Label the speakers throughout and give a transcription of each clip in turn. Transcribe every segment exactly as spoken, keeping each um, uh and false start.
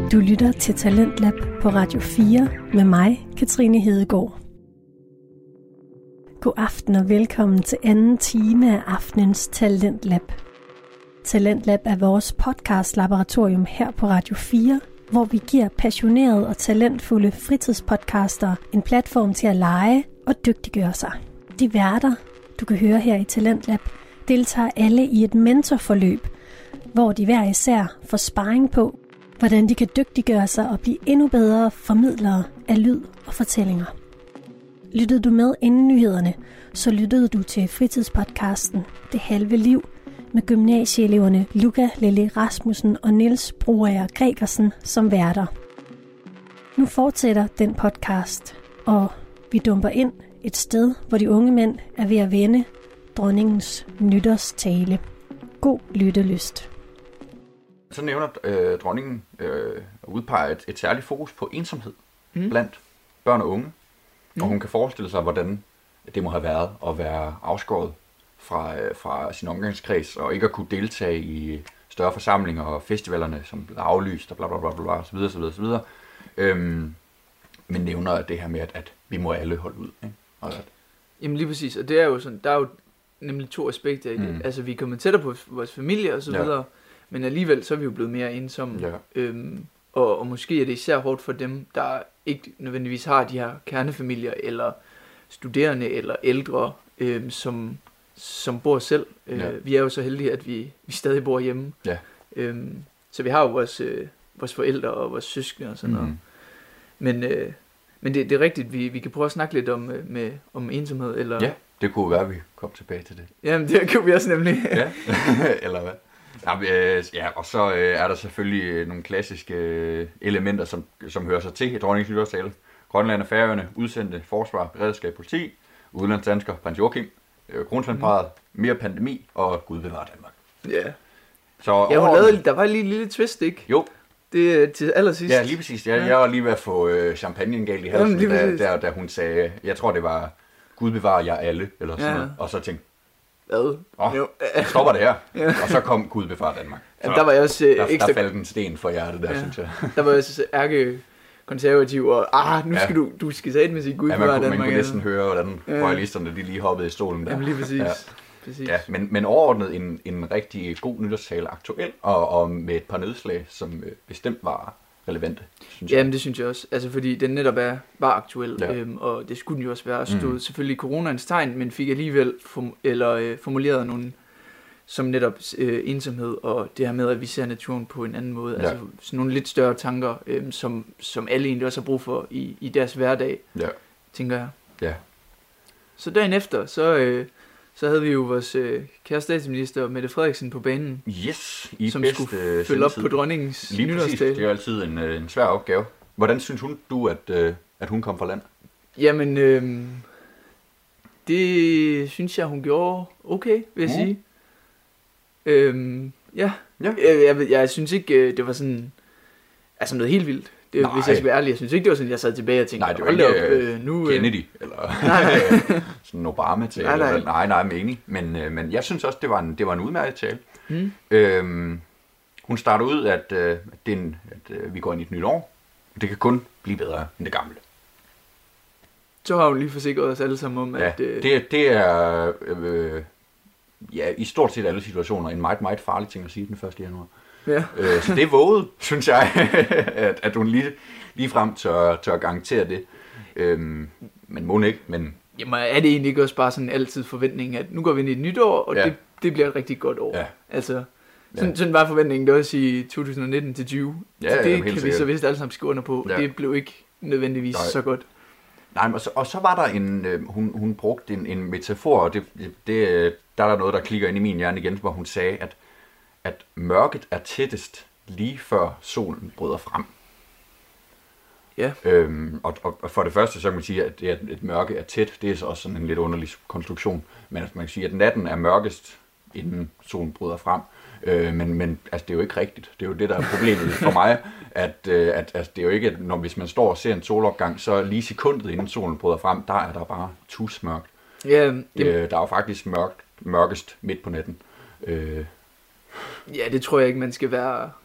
Speaker 1: Du lytter til Talentlab på Radio fire med mig, Katrine Hedegaard. God aften og velkommen til anden time af aftenens Talentlab. Talentlab er vores podcast-laboratorium her på Radio fire, hvor vi giver passionerede og talentfulde fritidspodcaster en platform til at lege og dygtiggøre sig. De værter, du kan høre her i Talentlab, deltager alle i et mentorforløb, hvor de hver især får sparring på, hvordan de kan dygtiggøre sig og blive endnu bedre formidlere af lyd og fortællinger. Lyttede du med inden nyhederne, så lyttede du til fritidspodcasten Det Halve Liv med gymnasieeleverne Luca Lille Rasmussen og Niels Broager Gregersen som værter. Nu fortsætter den podcast, og vi dumper ind et sted, hvor de unge mænd er ved at vende dronningens nytårstale. God lyttelyst.
Speaker 2: Så nævner øh, dronningen øh, udpeger et, et særligt fokus på ensomhed mm. blandt børn og unge. Mm. Og hun kan forestille sig, hvordan det må have været at være afskåret fra, øh, fra sin omgangskreds, og ikke at kunne deltage i større forsamlinger og festivalerne, som blev aflyst og bla bla bla bla, så videre, så videre, så videre. Øhm, men nævner det her med, at, at vi må alle holde ud. Ikke? Og at...
Speaker 3: Jamen lige præcis, og det er jo sådan, der er jo nemlig to aspekter i det. Mm. Altså vi er kommet tættere på vores familie og så ja. videre, men alligevel så er vi jo blevet mere ensomme. Ja. Øhm, og, og måske er det især hårdt for dem, der ikke nødvendigvis har de her kernefamilier, eller studerende, eller ældre, øhm, som, som bor selv. Øh, ja. Vi er jo så heldige, at vi, vi stadig bor hjemme. Ja. Øhm, så vi har jo vores, øh, vores forældre og vores søskende og sådan mm. noget. Men, øh, men det, det er rigtigt, vi, vi kan prøve at snakke lidt om, med, om ensomhed. Eller...
Speaker 2: Ja, det kunne være, at vi kom tilbage til det.
Speaker 3: Jamen, det kunne vi også nemlig.
Speaker 2: Ja, eller hvad? Ja, ja, og så øh, er der selvfølgelig nogle klassiske øh, elementer, som, som hører sig til i dronningens nytårstale. Grønland og Færøerne, udsendte, forsvar, beredskab, politi, udlandsdansker, prins Joachim, øh, kronprinsparret, mm. mere pandemi og Gud bevare Danmark.
Speaker 3: Ja.
Speaker 2: Så
Speaker 3: ja, hun lavede, der var lige en lille twist, ikke?
Speaker 2: Jo.
Speaker 3: Det er til allersidst.
Speaker 2: Ja, lige præcis. Jeg, ja. jeg var lige ved at få øh, champagne galt i halsen, Jamen, da, der, da hun sagde, jeg tror det var Gud bevare jer alle, eller sådan ja. noget. Og så tænkte
Speaker 3: hvad?
Speaker 2: Åh, oh, stopper det her. Ja. Og så kom Gud bevare Danmark. Så
Speaker 3: Jamen, der var jeg også øh,
Speaker 2: der,
Speaker 3: ekstra...
Speaker 2: der faldt en sten for hjertet der, ja. synes jeg.
Speaker 3: Der var jeg også ærke konservativ, og ah, nu skal ja. du, du skal sætte med sige Gud
Speaker 2: ja,
Speaker 3: bevare Danmark.
Speaker 2: Man kunne næsten høre, hvordan ja. royalisterne de lige hoppede i stolen der.
Speaker 3: Jamen lige præcis.
Speaker 2: Ja.
Speaker 3: præcis.
Speaker 2: Ja, men, men overordnet en, en rigtig god nytårstale aktuel, og, og med et par nedslag, som øh, bestemt var relevante, synes jeg.
Speaker 3: Jamen det synes jeg også, altså fordi den netop er, var aktuel, ja. øhm, og det skulle den jo også være, stod mm. selvfølgelig i coronaens tegn, men fik alligevel form- eller, øh, formuleret nogle, som netop øh, ensomhed, og det her med, at vi ser naturen på en anden måde, ja. altså sådan nogle lidt større tanker, øh, som, som alle egentlig også har brug for i, i deres hverdag, ja. tænker jeg.
Speaker 2: Ja.
Speaker 3: Så dagen efter, så... Øh, Så havde vi jo vores øh, kære statsminister Mette Frederiksen på banen,
Speaker 2: yes, i
Speaker 3: som
Speaker 2: bedste
Speaker 3: skulle følge op på dronningens
Speaker 2: Lige præcis, det er jo altid en, en svær opgave. Hvordan synes hun, du, at, øh, at hun kom fra land?
Speaker 3: Jamen, øh, det synes jeg, hun gjorde okay, vil jeg mm. sige. Øh, ja, ja. Jeg, jeg, jeg synes ikke, det var sådan, altså noget helt vildt. Det, hvis jeg skal være ærlig, jeg synes ikke, det var sådan, jeg sad tilbage og tænkte,
Speaker 2: nej, det var ikke
Speaker 3: op, øh, nu,
Speaker 2: Kennedy, eller sådan Obama til, nej, nej. Eller, nej, nej, men enig. Men, øh, men jeg synes også, det var en, det var en udmærket tale. Mm. Øhm, hun starter ud, at, øh, at, det er en, at øh, vi går ind i et nyt år, og det kan kun blive bedre end det gamle.
Speaker 3: Så har hun lige forsikret os alle sammen om,
Speaker 2: ja,
Speaker 3: at... Øh...
Speaker 2: Det, det er øh, ja, i stort set alle situationer en meget, meget farlig ting at sige den første januar. Ja. øh, så det er våget, synes jeg, at, at hun lige, lige frem tør, tør garantere det. Øhm, men må ikke, men...
Speaker 3: Jamen er det egentlig ikke også bare sådan altid forventningen, at nu går vi ind i et nyt år, og ja. det, det bliver et rigtig godt år. Ja. Altså, sådan, ja. sådan var forventningen, det var også i to tusind nitten til tyve.
Speaker 2: Ja,
Speaker 3: så det
Speaker 2: jamen,
Speaker 3: kan vi
Speaker 2: sikkert.
Speaker 3: så vist alle sammen skrive under på. Ja. Det blev ikke nødvendigvis Nej. så godt.
Speaker 2: Nej, og så, og så var der en, øh, hun, hun brugte en, en metafor, og det, det, der er der noget, der klikker ind i min hjerne igen, hvor hun sagde, at at mørket er tættest lige før solen bryder frem.
Speaker 3: Ja.
Speaker 2: Øhm, og, og, og for det første, så kan man sige, at det, at et mørke er tæt, det er så også sådan en lidt underlig konstruktion. Men altså, man kan sige, at natten er mørkest, inden solen bryder frem. Øh, men men altså, det er jo ikke rigtigt. Det er jo det, der er problemet for mig, at, øh, at altså, det er jo ikke, at når, hvis man står og ser en solopgang, så lige sekundet inden solen bryder frem, der er der bare tusmørkt.
Speaker 3: Ja, det...
Speaker 2: øh, der er jo faktisk mørkt, mørkest midt på natten. Øh,
Speaker 3: Ja, det tror jeg ikke, man skal være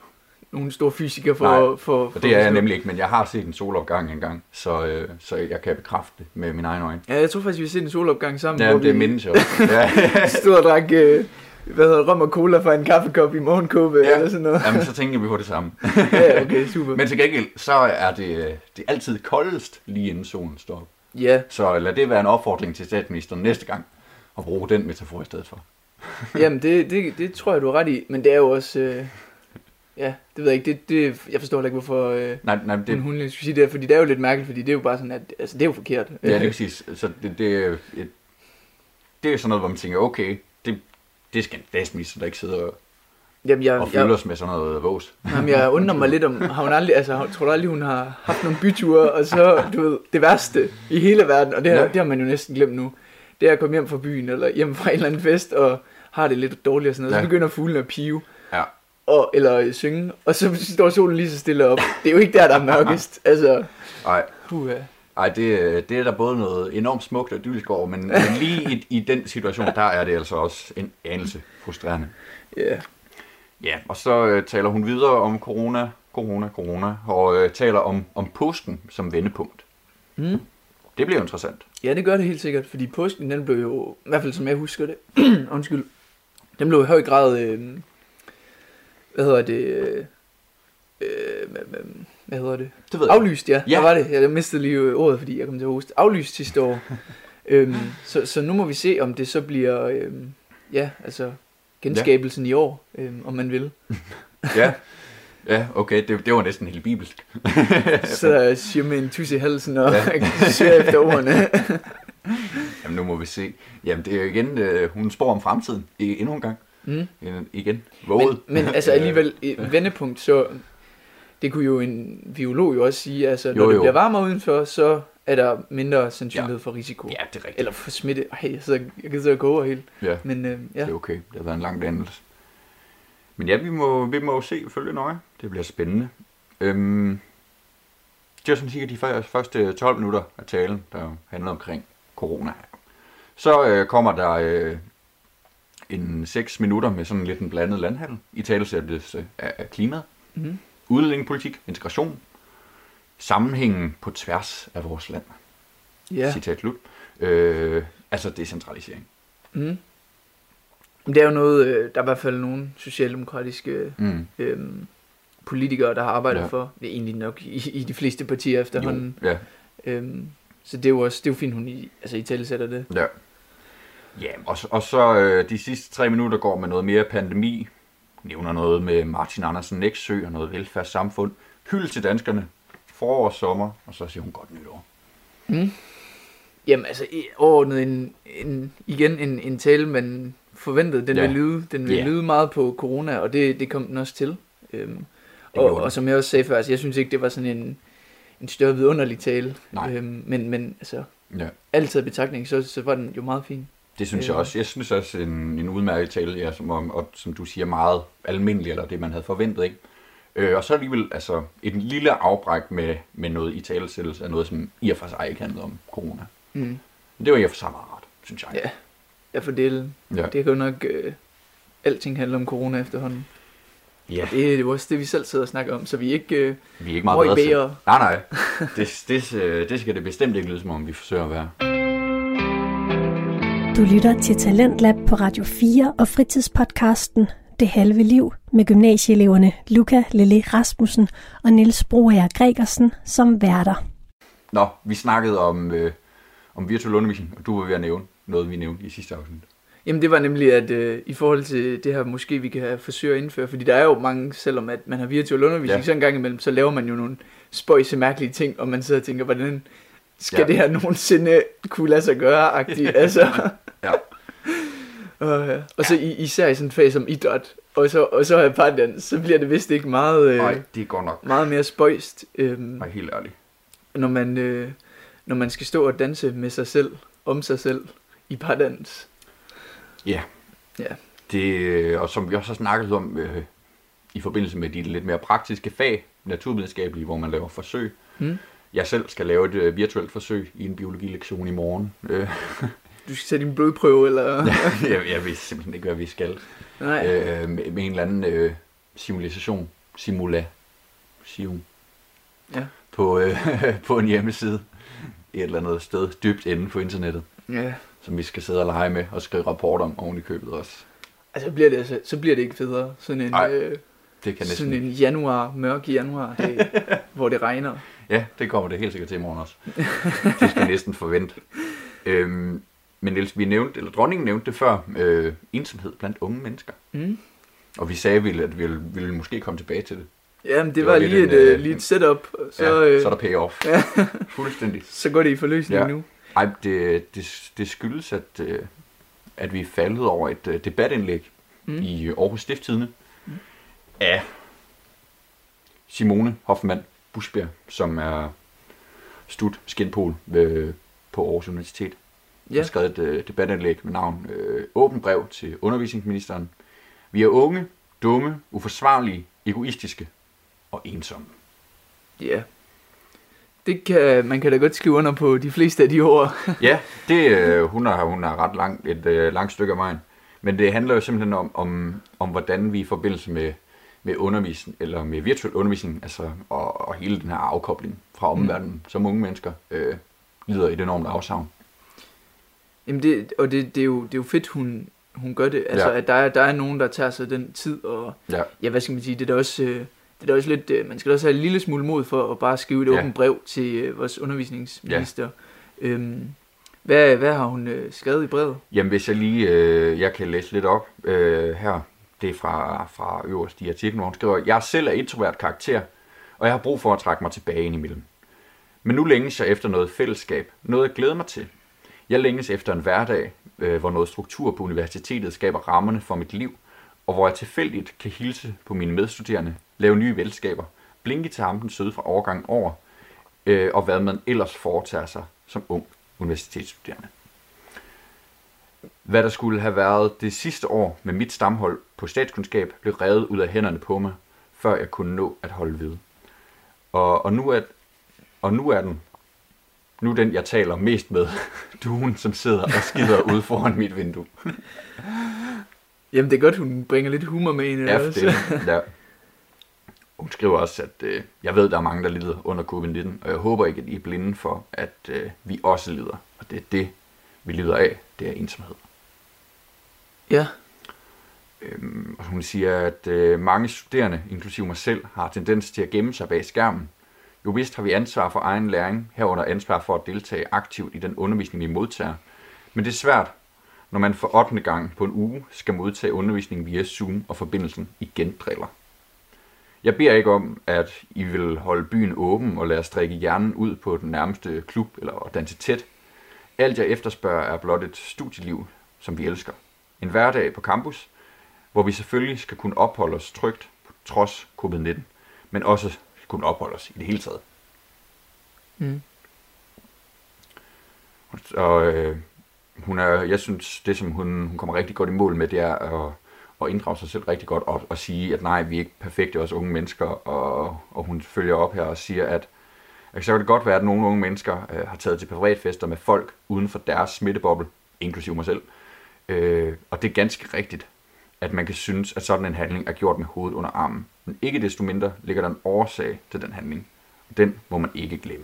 Speaker 3: nogen stor fysiker for... for, for
Speaker 2: og det er jeg nemlig ikke, men jeg har set en solopgang engang, så, øh, så jeg kan bekræfte det med mine egne øjne.
Speaker 3: Ja, jeg tror faktisk, vi har set en solopgang sammen.
Speaker 2: Ja, det mindes jeg også. Ja.
Speaker 3: Stod og drak, øh, hvad hedder rom og cola fra en kaffekop i morgenkåbe,
Speaker 2: ja.
Speaker 3: eller sådan noget.
Speaker 2: Jamen, så tænker vi på det samme.
Speaker 3: Ja, okay, super.
Speaker 2: Men til gengæld, så er det, det er altid koldest lige inden solen står op.
Speaker 3: Ja.
Speaker 2: Så lad det være en opfordring til statsministeren næste gang, og bruge den metafor i stedet for.
Speaker 3: Jamen, det, det, det tror jeg, du er ret i, men det er jo også... Øh, ja, det ved jeg ikke, det, det, jeg forstår ikke, hvorfor øh,
Speaker 2: nej, nej, det,
Speaker 3: hun skulle sige det, fordi det er jo lidt mærkeligt, fordi det er jo bare sådan, at altså, det er jo forkert.
Speaker 2: Ja, det er præcis. Så det, det, er et, det er sådan noget, hvor man tænker, okay, det, det skal en statsminister, der ikke sidder og,
Speaker 3: jamen, jeg,
Speaker 2: og fylder os med sådan noget vås.
Speaker 3: Jamen, jeg undrer mig lidt om, har hun aldrig, altså, tror du aldrig, hun har haft nogle byture, og så, du ved, det værste i hele verden, og det, ja. det har man jo næsten glemt nu, det er at komme hjem fra byen, eller hjem fra en eller anden fest, og har det lidt dårligt og sådan noget, ja. Så begynder fuglene at pive.
Speaker 2: Ja.
Speaker 3: Og, eller synge, og så står solen lige så stille op. Det er jo ikke der, der er mørkest. Altså,
Speaker 2: nej.
Speaker 3: Uh,
Speaker 2: Ej, det, det er der både noget enormt smukt og idyllisk over, men, men lige i, i den situation, der er det altså også en anelse frustrerende.
Speaker 3: Ja. Yeah.
Speaker 2: Ja, og så øh, taler hun videre om corona, corona, corona, og øh, taler om, om påsken som vendepunkt.
Speaker 3: Mm.
Speaker 2: Det bliver jo interessant.
Speaker 3: Ja, det gør det helt sikkert, fordi påsken, den blev jo, i hvert fald som jeg husker det, undskyld, den blev i høj grad... Øh, Hvad hedder det? Øh, hvad hedder det?
Speaker 2: Det ved
Speaker 3: aflyst, ja.
Speaker 2: ja.
Speaker 3: Hvad var det? Jeg mistede lige ordet, fordi jeg kom til at hoste. Aflyst sidste år. øhm, så, så nu må vi se, om det så bliver, øhm, ja, altså genskabelsen ja. i år, øhm, om man vil.
Speaker 2: ja. Ja, okay, det, det var næsten helt bibelsk.
Speaker 3: Så siger med en tusse i halsen og ja. Søger efter ordene.
Speaker 2: Jamen nu må vi se. Jamen det er jo igen, øh, hun spår om fremtiden endnu en gang.
Speaker 3: Mm.
Speaker 2: Igen, våget.
Speaker 3: Men, men altså alligevel, et vendepunkt, så det kunne jo en biolog jo også sige, altså når jo, jo. det bliver varmere udenfor, så er der mindre sandsynlighed ja. for risiko.
Speaker 2: Ja, det er rigtigt.
Speaker 3: Eller for smitte. Ej, jeg, sidder, jeg kan sidde og gå over helt.
Speaker 2: Ja,
Speaker 3: men, øh, ja.
Speaker 2: det er okay. Det har været en lang dannelse. Men ja, vi må, vi må se følge nøje. Det bliver spændende. Øhm, det er sådan cirka de første tolv minutter af talen, der handler omkring corona. Så øh, kommer der... Øh, en seks minutter med sådan lidt en blandet landhandel, i talesættelse af, af klimaet, mm-hmm. udlændingepolitik, integration, sammenhængen på tværs af vores land.
Speaker 3: Yeah.
Speaker 2: Citat slut. Øh, altså decentralisering.
Speaker 3: Mm. Det er jo noget, der er i hvert fald nogle socialdemokratiske mm. øhm, politikere, der har arbejdet ja. for. Det er egentlig nok i, i de fleste partier efterhånden.
Speaker 2: Jo, ja.
Speaker 3: øhm, så det er jo også, det er jo fint, hun i, altså i talesætter det.
Speaker 2: Ja. Ja, og, og så øh, de sidste tre minutter går med noget mere pandemi, nævner noget med Martin Andersen Nexø og noget velfærdssamfund, hylde til danskerne, forår og sommer, og så siger hun godt nytår.
Speaker 3: Mm. Jamen altså, overordnet en, en, igen en, en tale, man forventede, den ja. vil lyde, den vil yeah. lyde meget på corona, og det, det kom den også til. Øhm, og, og som jeg også sagde før, altså, jeg synes ikke, det var sådan en, en større vidunderlig tale, øhm, men, men altså, ja. altid i betragtning, så, så var den jo meget fin.
Speaker 2: Det synes jeg også. Jeg synes også en, en udmærket tale, ja, som, og, som du siger, meget almindelig, eller det man havde forventet, ikke? Øh, og så alligevel altså, et lille afbræk med, med noget i talesættelse af noget, som i og for sig ikke handlede om corona. Mm. Men det var i og for sig meget rart, synes jeg.
Speaker 3: Ja, jeg fordeler. Ja. Det kan jo nok, øh, alting handler om corona efterhånden. Ja. Og det er jo også det, vi selv sidder og snakker om, så vi er ikke øh,
Speaker 2: vi er ikke meget bedre. Nej, nej. det, det, det skal det bestemt ikke lyde, som om vi forsøger at være.
Speaker 1: Du lytter til Talentlab på Radio fire og fritidspodcasten Det Halve Liv med gymnasieeleverne Luca Lille Rasmussen og Niels Broager Gregersen som værter.
Speaker 2: Nå, vi snakkede om, øh, om virtuel undervisning, og du var ved at nævne noget, vi nævnte i sidste afsnit.
Speaker 3: Jamen det var nemlig, at øh, i forhold til det her, måske vi kan forsøge at indføre, fordi der er jo mange, selvom at man har virtuel undervisning, ja. så en gang imellem, så laver man jo nogle spøjse mærkelige ting, og man sidder og tænker, hvordan skal ja. det her nogensinde kunne lade sig gøre-agtigt, altså. Ja. og, ja. og så i, især i sådan en fag som idræt, og så, og så er partdans, så bliver det vist ikke meget, øh,
Speaker 2: Nej, det går nok.
Speaker 3: meget mere spøjst. Øh,
Speaker 2: Nej, helt ærligt.
Speaker 3: Når man, øh, når man skal stå og danse med sig selv, om sig selv, i partdans.
Speaker 2: Ja.
Speaker 3: Ja.
Speaker 2: Det, og som vi også har snakket om øh, i forbindelse med de lidt mere praktiske fag, naturvidenskabelige, hvor man laver forsøg. Mm. Jeg selv skal lave et øh, virtuelt forsøg i en biologilektion i morgen. Øh.
Speaker 3: Du skal sætte din blodprøve, eller?
Speaker 2: jeg, jeg ved simpelthen ikke, hvad vi skal.
Speaker 3: Nej.
Speaker 2: Øh, med, med en eller anden øh, simulation, Simula, siger hun,
Speaker 3: ja.
Speaker 2: på, øh, på en hjemmeside et eller andet sted dybt inde på internettet,
Speaker 3: ja.
Speaker 2: som vi skal sidde og lege med og skrive rapport om oven i købet også.
Speaker 3: Altså, bliver det, altså, så bliver det ikke federe. Sådan en,
Speaker 2: Ej,
Speaker 3: øh,
Speaker 2: det kan
Speaker 3: sådan en januar, mørk januar, det, hvor det regner.
Speaker 2: Ja, det kommer det helt sikkert til i morgen også. Det skal næsten forvente. Øhm, men Niels, vi nævnte, eller dronningen nævnte det før, øh, ensomhed blandt unge mennesker.
Speaker 3: Mm.
Speaker 2: Og vi sagde, at vi ville, ville måske komme tilbage til det.
Speaker 3: Jamen, det, det var, var lige, et, en, øh, lige et setup. Så,
Speaker 2: ja,
Speaker 3: øh,
Speaker 2: så er der payoff.
Speaker 3: Ja.
Speaker 2: Fuldstændig.
Speaker 3: Så går det i forløsning ja. nu.
Speaker 2: Ej, det, det, det skyldes, at, at vi er faldet over et debatindlæg mm. i Aarhus Stiftstidende mm. af Simone Hoffmann Buschbjerg, som er stud skinpol ved, på Aarhus Universitet. Ja. Har skrevet et uh, debatindlæg med navn øh, Åben brev til undervisningsministeren. Vi er unge, dumme, uforsvarlige, egoistiske og ensomme.
Speaker 3: Ja. Yeah. Det kan, man kan da godt skrive under på de fleste af de ord.
Speaker 2: Ja, det, øh, hun, er, hun er ret langt, et øh, langt stykke af vejen. Men det handler jo simpelthen om, om, om hvordan vi i forbindelse med, med undervisning, eller med virtuel undervisning, altså, og, og hele den her afkobling fra omverdenen, mm. som unge mennesker øh, lider i et enormt afsavn. Jamen
Speaker 3: det, og det, det, er jo, det er jo fedt, hun, hun gør det. Altså, ja. at der er, der er nogen, der tager sig den tid, og
Speaker 2: ja,
Speaker 3: ja hvad skal man sige, det er da også... Øh, Det er også lidt, man skal også have en lille smule mod for at bare skrive et ja. åbent brev til øh, vores undervisningsminister. Ja. Øhm, hvad, hvad har hun øh, skrevet i brevet?
Speaker 2: Jamen hvis jeg lige, øh, jeg kan læse lidt op øh, her, det er fra, fra øverst i artiklen, hvor hun skriver, jeg selv er introvert karakter, og jeg har brug for at trække mig tilbage ind imellem. Men nu længes jeg efter noget fællesskab, noget at glæde mig til. Jeg længes efter en hverdag, øh, hvor noget struktur på universitetet skaber rammerne for mit liv, og hvor jeg tilfældigt kan hilse på mine medstuderende, lave nye venskaber, blinke til ham den søde fra overgang over, øh, og hvad man ellers foretager sig som ung universitetsstuderende. Hvad der skulle have været det sidste år med mit stamhold på statskundskab, blev revet ud af hænderne på mig, før jeg kunne nå at holde ved. Og, og, nu, er, og nu er den, nu er den, jeg taler mest med, duen, som sidder og skider ud foran mit vindue.
Speaker 3: Jamen det er godt, hun bringer lidt humor med ind.
Speaker 2: Ja, det, ja. Hun skriver også, at øh, jeg ved, der er mange, der lider under covid nitten, og jeg håber ikke, at I er blinde for, at øh, vi også lider. Og det er det, vi lider af, det er ensomhed.
Speaker 3: Ja.
Speaker 2: Øhm, og hun siger, at øh, mange studerende, inklusive mig selv, har tendens til at gemme sig bag skærmen. Jo vist har vi ansvar for egen læring, herunder ansvar for at deltage aktivt i den undervisning, vi modtager. Men det er svært, når man for ottende gang på en uge skal modtage undervisning via Zoom, og forbindelsen igen driller. Jeg beder ikke om, at I vil holde byen åben og lade os strikke hjernen ud på den nærmeste klub eller danse tæt. Alt jeg efterspørger er blot et studieliv, som vi elsker. En hverdag på campus, hvor vi selvfølgelig skal kunne opholde os trygt på trods covid nitten, men også kunne opholde os i det hele taget.
Speaker 3: Mm.
Speaker 2: Og øh, hun er, jeg synes, det som hun, hun kommer rigtig godt i mål med, det er at, at inddrage sig selv rigtig godt og, og sige, at nej, vi er ikke perfekte, også unge mennesker, og, og hun følger op her og siger, at, at så kan det godt være, at nogle unge mennesker øh, har taget til privatfester med folk uden for deres smitteboble, inklusive mig selv, øh, og det er ganske rigtigt, at man kan synes, at sådan en handling er gjort med hovedet under armen. Men ikke desto mindre ligger der en årsag til den handling. Den må man ikke glemme.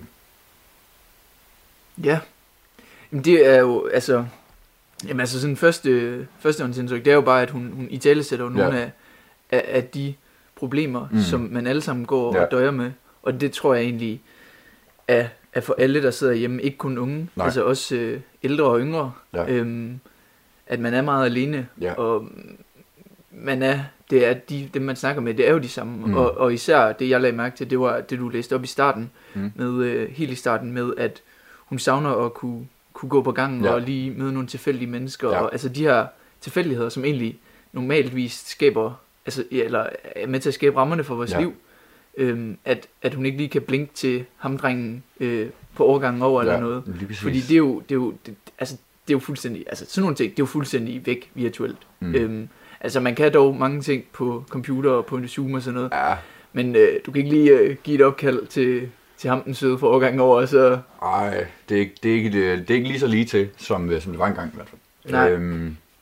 Speaker 3: Ja, jamen det er jo, altså, jamen altså sådan første, førstehåndsindtryk, det er jo bare, at hun, hun italesætter jo nogle ja. af, af, af de problemer, mm. som man alle sammen går ja. og døjer med. Og det tror jeg egentlig er, er for alle, der sidder hjemme, ikke kun unge, Nej. altså også øh, ældre og yngre, ja. øhm, at man er meget alene,
Speaker 2: ja.
Speaker 3: og man er, det er de, dem man snakker med, det er jo de samme, mm. og, og især det jeg lagde mærke til, det var det du læste op i starten, mm. med øh, helt i starten med, at hun savner at kunne, kunne gå på gangen ja. og lige møde nogle tilfældige mennesker, ja. og altså de her tilfældigheder, som egentlig normaltvis skaber, altså, eller er med til at skabe rammerne for vores ja. liv, øhm, at, at hun ikke lige kan blinke til hamdrengen øh, på overgangen over ja, eller noget, fordi det er jo, det er jo, det, altså det er jo fuldstændig, altså sådan nogle ting, det er jo fuldstændig væk virtuelt. Mm. Øhm, altså man kan dog mange ting på computer og på en Zoom og sådan noget,
Speaker 2: ja.
Speaker 3: men øh, du kan ikke lige øh, give et opkald til, til ham den søde for overgangen over, så...
Speaker 2: Nej, det er, det, er ikke, det, det er ikke lige så lige til, som, som det var engang i hvert fald.
Speaker 3: Nej.
Speaker 2: Øhm,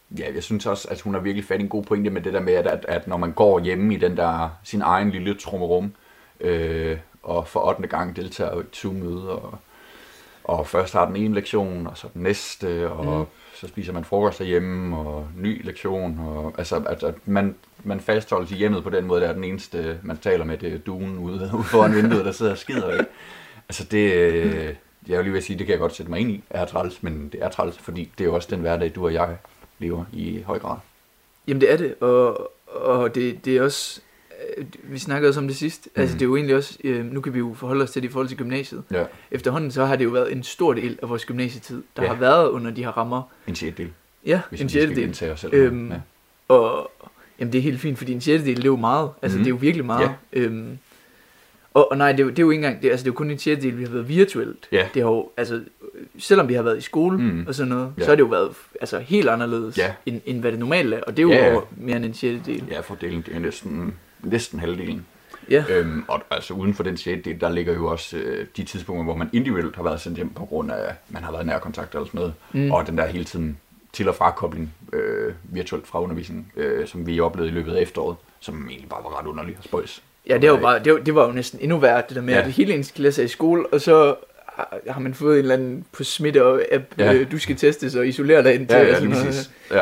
Speaker 2: Ja, jeg synes også, at hun har virkelig fat i en god pointe med det der med, at, at, at når man går hjemme i den der, sin egen lille trummerum, øh, og for ottende gang deltager i et Zoom-møde, og, og først har den ene lektion, og så den næste, og mm. så spiser man frokost derhjemme, og ny lektion, og altså, at, at man, man fastholdes i hjemmet på den måde, der er den eneste, man taler med, det er duen ude, ude foran vinduet, der sidder og skider, ikke? Altså det, jeg vil lige vil sige, det kan jeg godt sætte mig ind i, er træls, men det er træls, fordi det er jo også den hverdag, du og jeg lever i høj grad. Jamen det er det, og, og det, det er også, vi snakkede også om det sidst, mm. altså det er jo egentlig også, nu kan vi jo forholde os til det i forhold til gymnasiet. Ja. Efterhånden så har det jo været en stor del af vores gymnasietid, der ja. har været under de her rammer. En sjettedel. Ja, hvis en sjettedel. Øhm, ja. Og jamen det er helt fint, fordi en sjettedel, det er jo meget, altså mm. det er jo virkelig meget. Ja. Øhm, og, og nej, det er, jo, det er jo ikke engang, det, altså det er jo kun en sjettedel, vi har været virtuelt. Ja. Det har jo, altså selvom vi har været i skole mm. og sådan noget, ja. så har det jo været altså, helt anderledes, ja. end, end hvad det normalt er. Og det er jo ja, ja. mere end en sjettedel. Ja, fordelen det er næsten, næsten halvdelen. Ja. Øhm, og altså uden for den sjettedel, der ligger jo også øh, de tidspunkter, hvor man individuelt har været sendt hjem på grund af, at man har været nærkontakt eller sådan noget. Mm. Og den der hele tiden til- og frakobling øh, virtuelt fra undervisningen, øh, som vi oplevede i løbet af efteråret, som egentlig bare var ret underlig og spøjs. Ja, det var, bare, det, var, det var jo næsten endnu værre, det der med, ja. at hele ens klasse er i skole, og så har man fået en eller anden på smitte og app, ja. øh, du skal testes og isolere dig indtil. Ja, ja, lige præcis. Ja.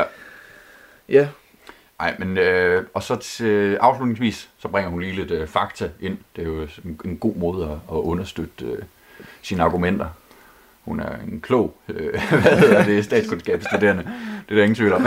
Speaker 2: Ja. Ej, men øh, og så til, afslutningsvis, så bringer hun lige lidt øh, fakta ind. Det er jo en, en god måde at, at understøtte øh, sine argumenter. Hun er en klog, øh, hvad hedder det, statskundskabsstuderende. Det er der ingen tvivl om.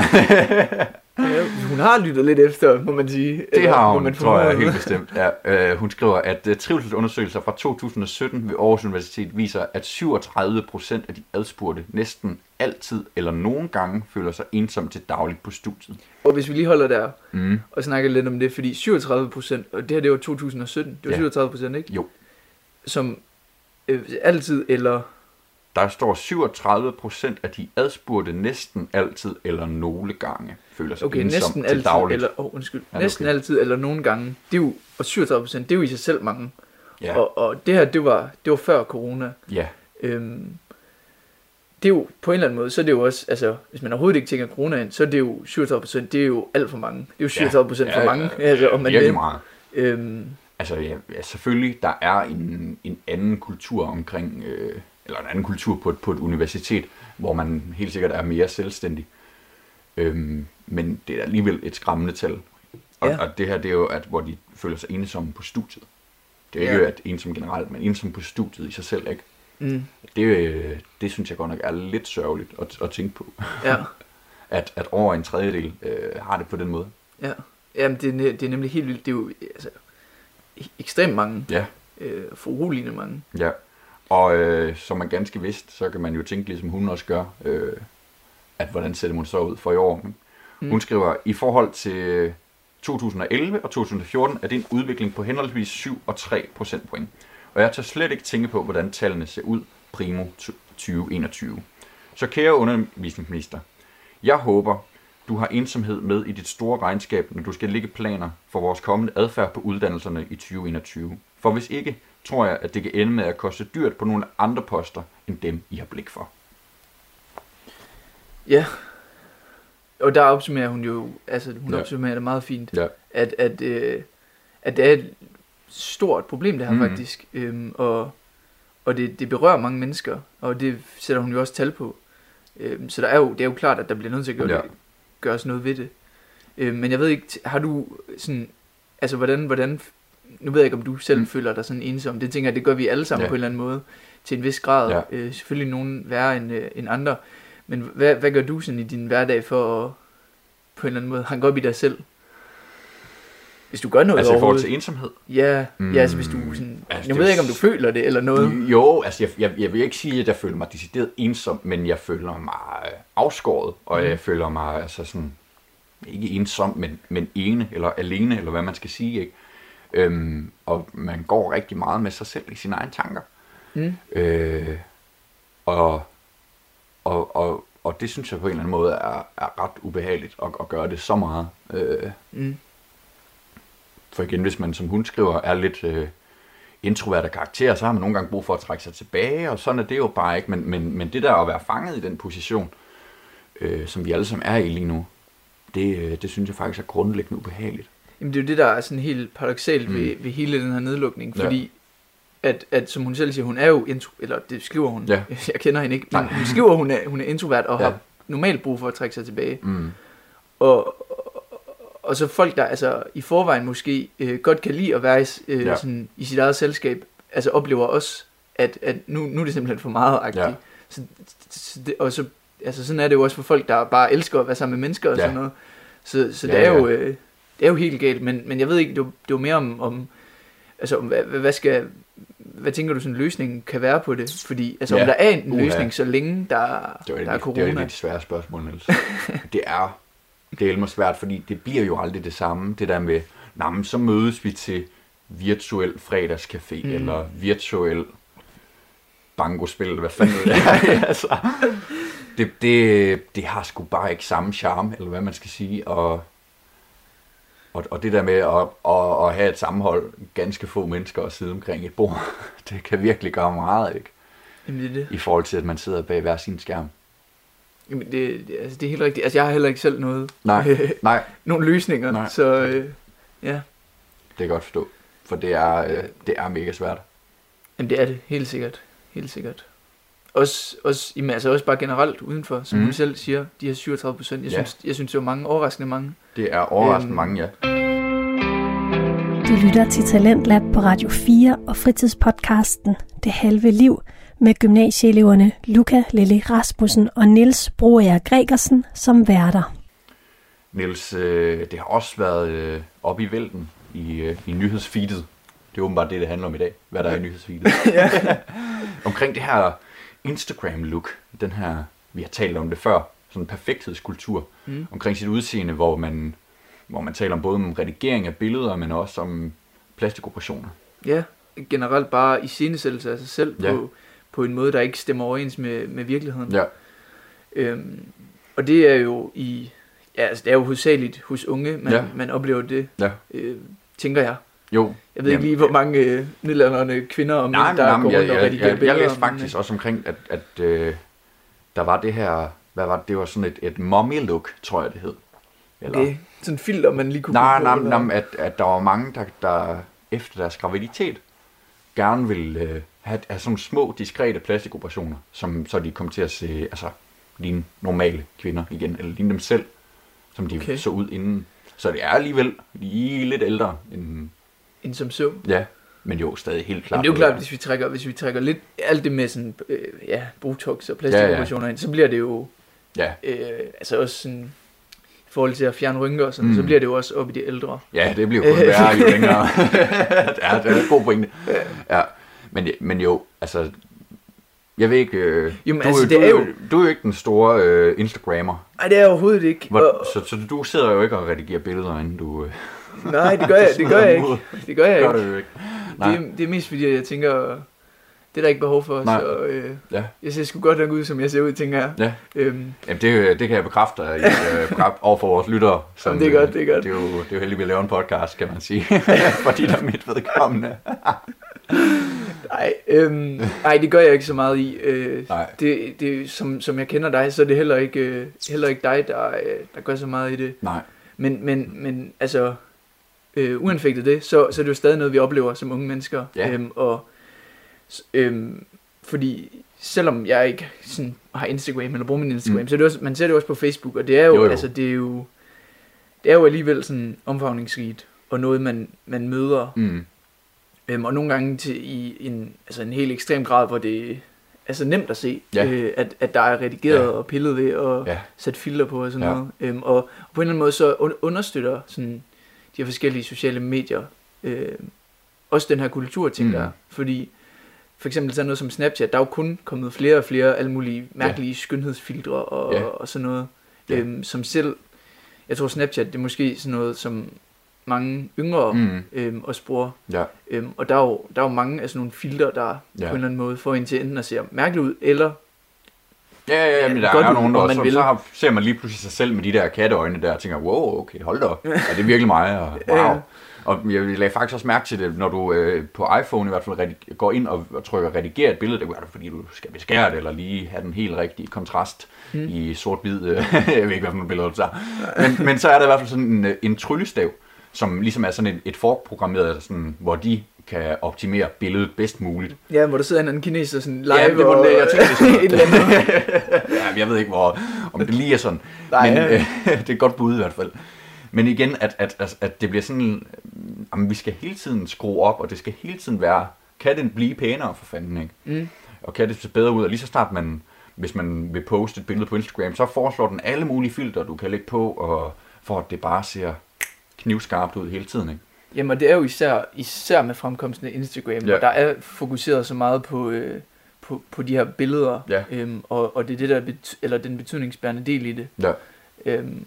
Speaker 2: Ja, hun har lyttet lidt efter, må man sige. Det har hun, man tror jeg, helt bestemt. Ja, øh, hun skriver, at uh, trivselsundersøgelser fra to tusind og sytten ved Aarhus Universitet viser, at syvogtredive procent af de adspurgte næsten altid eller nogle gange føler sig ensomme til dagligt på studiet. Og hvis vi lige holder der mm. og snakker lidt om det, fordi syvogtredive procent, og det her det var to tusind og sytten, det var ja. syvogtredive procent, ikke? Jo. Som øh, altid eller... Der står syvogtredive procent af de adspurgte næsten altid eller nogle gange føler sig okay, ensom til dagligt. Eller, oh, undskyld, ja, næsten okay. altid eller nogle gange. Det er jo, og syvogtredive procent, det er jo i sig selv mange. Ja. Og, og det her, det var, det var før corona. Ja. Øhm, det er jo på en eller anden måde, så er det jo også, altså hvis man overhovedet ikke tænker corona ind, så er det jo syvogtredive procent, det er jo alt for mange. Det er jo syvogtredive procent ja, for mange. Ja, ja, altså, om man virkelig meget. Øhm, altså ja, ja, selvfølgelig, der er en, en anden kultur omkring... Øh, eller en anden kultur på et, på et universitet, hvor man helt sikkert er mere selvstændig. Øhm, men det er alligevel et skræmmende tal. Og, ja. og det her, det er jo, at hvor de føler sig ensomme på studiet. Det er ja. ikke at ensom generelt, men ensom på studiet i sig selv, ikke? Mm. Det, det synes jeg godt nok er lidt sørgeligt at, at tænke på. Ja. at, at over en tredjedel øh, har det på den måde. Ja, jamen det, det er nemlig helt vildt. Det er jo altså, ekstremt mange. Ja. Øh, foruroligende mange. Ja. Og øh, som man ganske vidst, så kan man jo tænke, ligesom hun også gør, øh, at hvordan ser det så ud for i år. Mm. Hun skriver, i forhold til to tusind og elleve og to tusind og fjorten, er det en udvikling på henholdsvis syv og tre procentpoint. Og jeg tør slet ikke tænke på, hvordan tallene ser ud primo tyve enogtyve. Så kære undervisningsminister, jeg håber, du har ensomhed med i dit store regnskab, når du skal lægge planer for vores kommende adfærd på uddannelserne i tyve enogtyve. For hvis ikke, tror jeg, at det kan ende med at koste dyrt på nogle andre poster, end dem, I har blik for. Ja, og der opsummerer hun jo, altså hun ja. opsummerer det meget fint, ja. at, at, øh, at det er et stort problem, det her mm. faktisk, øhm, og, og det, det berører mange mennesker, og det sætter hun jo også tal på. Øhm, så der er jo, det er jo klart, at der bliver nødt til at gøre, ja. det, gøres noget ved det. Øhm, men jeg ved ikke, har du sådan, altså hvordan, hvordan nu ved jeg ikke, om du selv mm. føler dig sådan ensom. Det tænker jeg, det gør vi alle sammen ja. på en eller anden måde, til en vis grad. Ja. Øh, selvfølgelig nogen værre end, øh, end andre. Men hvad, hvad gør du sådan i din hverdag for at på en eller anden måde hanke op i dig selv? Hvis du gør noget altså overhovedet. Altså i forhold til ensomhed? Ja, mm. ja altså hvis du sådan... Altså, jeg ved ikke, om du føler det eller noget. Jo, altså jeg, jeg, jeg vil ikke sige, at jeg føler mig decideret ensom, men jeg føler mig afskåret, og mm. jeg føler mig altså sådan, ikke ensom, men, men ene eller alene, eller hvad man skal sige, ikke? Øhm, og man går rigtig meget med sig selv i sine egne tanker. Mm. Øh, og, og, og, og det synes jeg på en eller anden måde er, er ret ubehageligt at, at gøre det så meget. Øh, mm. For igen, hvis man som hun skriver er lidt øh, introvert af karakter, så har man nogle gange brug for at trække sig tilbage, og sådan er det jo bare ikke. Men, men, men det der at være fanget i den position, øh, som vi alle sammen er i lige nu, det, det synes jeg faktisk er grundlæggende ubehageligt.
Speaker 3: Jamen det er jo det, der er sådan helt paradoksalt mm. ved, ved hele den her nedlukning, fordi ja. at, at som hun selv siger, hun er jo intro, eller det skriver hun, ja. jeg kender hende ikke, men Nej. hun skriver, hun er, hun er introvert og ja. har normalt brug for at trække sig tilbage. Mm. Og, og så folk, der altså i forvejen måske øh, godt kan lide at være i, øh, ja. sådan, i sit eget selskab, altså oplever også, at, at nu, nu er det simpelthen for meget-agtigt. Ja. Så, så det, og så, altså sådan er det jo også for folk, der bare elsker at være sammen med mennesker og ja. sådan noget. Så, så det, ja, er jo, øh, det er jo helt galt, men, men jeg ved ikke, det var, det var mere om, om altså hvad, hvad skal, hvad tænker du sådan løsningen kan være på det? Fordi altså ja. om der er en løsning, uh, så længe der, der
Speaker 2: det
Speaker 3: er corona.
Speaker 2: Det er jo et lidt svært spørgsmål, Niels. det er det er svært, fordi det bliver jo aldrig det samme, det der med, nej, men så mødes vi til virtuel fredagscafé, mm. eller virtuel bankospil, eller hvad fanden det er. altså, det, det, det har sgu bare ikke samme charme, eller hvad man skal sige, og, og, og det der med at, at, at have et sammenhold, ganske få mennesker og sidde omkring et bord, det kan virkelig gøre meget, ikke?
Speaker 3: Jamen det er det.
Speaker 2: I forhold til, at man sidder bag hver sin skærm.
Speaker 3: Jamen det, det, altså det er helt rigtigt. Altså jeg har heller ikke selv noget,
Speaker 2: nej, øh, nej.
Speaker 3: nogle løsninger, nej. så øh, ja.
Speaker 2: Det kan jeg godt forstå, for det er, øh, det er mega svært.
Speaker 3: Jamen det er det, helt sikkert. Helt sikkert. Også, også, jamen, altså også bare generelt udenfor, som mm. hun selv siger, de her syvogtredive procent. Jeg, ja. synes, jeg synes, det er mange, overraskende mange.
Speaker 2: Det er overraskende øhm, mange, ja.
Speaker 1: Du lytter til Talentlab på Radio fire og fritidspodcasten Det Halve Liv med gymnasieeleverne Luca Lilly Rasmussen og Niels Broager Gregersen som værter.
Speaker 2: Niels, øh, det har også været øh, oppe i vælten i, øh, i nyhedsfeedet. Det er åbenbart det, det handler om i dag, hvad der er i nyhedsfeedet. Omkring det her Instagram-look, den her, vi har talt om det før, sådan en perfekthedskultur, mm. omkring sit udseende, hvor man, hvor man taler om både om redigering af billeder, men også om plastikoperationer.
Speaker 3: Ja, generelt bare iscenesættelse af sig selv ja. på, på en måde, der ikke stemmer overens med, med virkeligheden.
Speaker 2: Ja.
Speaker 3: Øhm, og det er jo i, ja, altså det er jo hovedsageligt hos unge, man, ja. man oplever det, ja. øh, tænker jeg.
Speaker 2: Jo.
Speaker 3: Jeg ved ikke lige, hvor mange øh, middelaldrende kvinder og mænd, der
Speaker 2: nej,
Speaker 3: går rundt og redigerer billeder.
Speaker 2: Jeg læste faktisk men, også omkring, at, at øh, der var det her, hvad var det, det var sådan et, et mommy-look, tror jeg det hed.
Speaker 3: Eller, okay, sådan en filter, man lige kunne
Speaker 2: nej, nej, nej, nej, at, at der var mange, der, der efter deres graviditet gerne ville øh, have, have sådan små, diskrete plastikoperationer, som så de kom til at se, altså, ligne normale kvinder igen, eller ligne dem selv, som de okay. så ud inden. Så det er alligevel lige lidt ældre end
Speaker 3: end som så.
Speaker 2: Ja, men jo stadig helt klart.
Speaker 3: Men det er jo klart, hvis vi trækker, hvis vi trækker lidt alt det med sådan, øh, ja, botox og plastikoperationer ja, ja. ind, så bliver det jo,
Speaker 2: ja. øh,
Speaker 3: altså også sådan, i forhold til at fjerne rynker og sådan, mm. så bliver det jo også op i de ældre.
Speaker 2: Ja, det bliver jo kun værre jo længere. ja, det er en god pointe. Ja, men, men jo, altså, jeg ved ikke, øh,
Speaker 3: Jamen,
Speaker 2: du,
Speaker 3: altså,
Speaker 2: du,
Speaker 3: det er jo...
Speaker 2: du er jo ikke den store øh, Instagrammer.
Speaker 3: Nej, det er jeg overhovedet ikke.
Speaker 2: Hvor, og... så, så du sidder jo ikke og redigerer billeder, inden du... Øh,
Speaker 3: Nej, det gør jeg, det gør jeg ikke. Det gør jeg
Speaker 2: gør
Speaker 3: ikke.
Speaker 2: Det, ikke. Nej.
Speaker 3: Det, er, det er mest fordi, jeg tænker, det er der ikke behov for. Nej. Så øh, ja. jeg ser sgu godt nok ud, som jeg ser ud, tænker jeg. Ja. Øhm.
Speaker 2: Jamen, det, det kan jeg bekræfte øh, over for vores lyttere.
Speaker 3: Som, det er godt, det er godt.
Speaker 2: Det er jo, det er jo heldigt, at vi laver en podcast, kan man sige. Fordi der er mit vedkommende.
Speaker 3: Nej, øhm, ej, det gør jeg ikke så meget i. Øh, det, det, som, som jeg kender dig, så er det heller ikke, øh, heller ikke dig, der, øh, der gør så meget i det.
Speaker 2: Nej.
Speaker 3: Men, men, men altså, øh, uanfægtet det, så, så er det jo stadig noget, vi oplever som unge mennesker.
Speaker 2: Ja.
Speaker 3: Øhm, og, øhm, fordi selvom jeg ikke sådan, har Instagram eller bruger min Instagram, mm. så er det også, man ser det også på Facebook, og det er jo, jo, jo. Altså, det er jo, det er jo alligevel sådan omfavningsrigt, og noget, man, man møder.
Speaker 2: Mm.
Speaker 3: Øhm, og nogle gange til, i en, altså en helt ekstrem grad, hvor det er altså nemt at se,
Speaker 2: ja.
Speaker 3: øh, at, at der er redigeret ja. og pillet ved og
Speaker 2: ja.
Speaker 3: sat filter på og sådan
Speaker 2: ja.
Speaker 3: noget. Øhm, og, og på en eller anden måde så understøtter sådan, de her forskellige sociale medier øh, også den her kultur, tænker jeg. Mm. Fordi for eksempel sådan noget som Snapchat, der er jo kun kommet flere og flere alle mulige mærkelige ja. skønhedsfiltre og, ja. og sådan noget. Ja. Øhm, som selv, jeg tror Snapchat, det er måske sådan noget, som mange yngre mm. øhm, også bruger.
Speaker 2: Ja.
Speaker 3: Øhm, og der er, jo, der er jo mange af sådan nogle filter, der ja. på en eller anden måde får en til enten at se mærkeligt ud, eller
Speaker 2: ja, ja, ja, men der er jo nogen, der også, så, så har, ser man lige pludselig sig selv med de der katteøjne der, og tænker, wow, okay, hold da op, er det virkelig mig? Og, wow. Ja. Og jeg lagde faktisk også mærke til det, når du øh, på iPhone i hvert fald redig- går ind og, og trykker redigere et billede. Det gør du, fordi du skal beskære det, eller lige have den helt rigtige kontrast mm. i sort-hvid. Øh, jeg ved ikke, hvad for nogle billeder du tager. Men, men så er der i hvert fald sådan en, en tryllestav, som ligesom er sådan et, et forprogrammeret, sådan, hvor de kan optimere billedet bedst muligt.
Speaker 3: Ja, hvor der sidder en anden kineser sådan live.
Speaker 2: Ja, det var
Speaker 3: og,
Speaker 2: det, jeg tænkte sådan.
Speaker 3: et eller andet.
Speaker 2: Ja, jeg ved ikke, hvor, om det lige er sådan. Nej, men øh, det er et godt bud i hvert fald. Men igen, at, at, at, at det bliver sådan, jamen, vi skal hele tiden skrue op, og det skal hele tiden være, kan den blive pænere for fanden, ikke? Mm. Og kan det se bedre ud, og lige så snart man, hvis man vil poste et billede på Instagram, så foreslår den alle mulige filter, du kan lægge på, og for at det bare ser knivskarpt ud hele tiden, ikke?
Speaker 3: Jamen, og det er jo især, især med fremkomsten af Instagram, ja. Hvor der er fokuseret så meget på, øh, på, på de her billeder,
Speaker 2: ja.
Speaker 3: øhm, og, og det er det der bet- eller den betydningsbærende del i det.
Speaker 2: Ja.
Speaker 3: Øhm,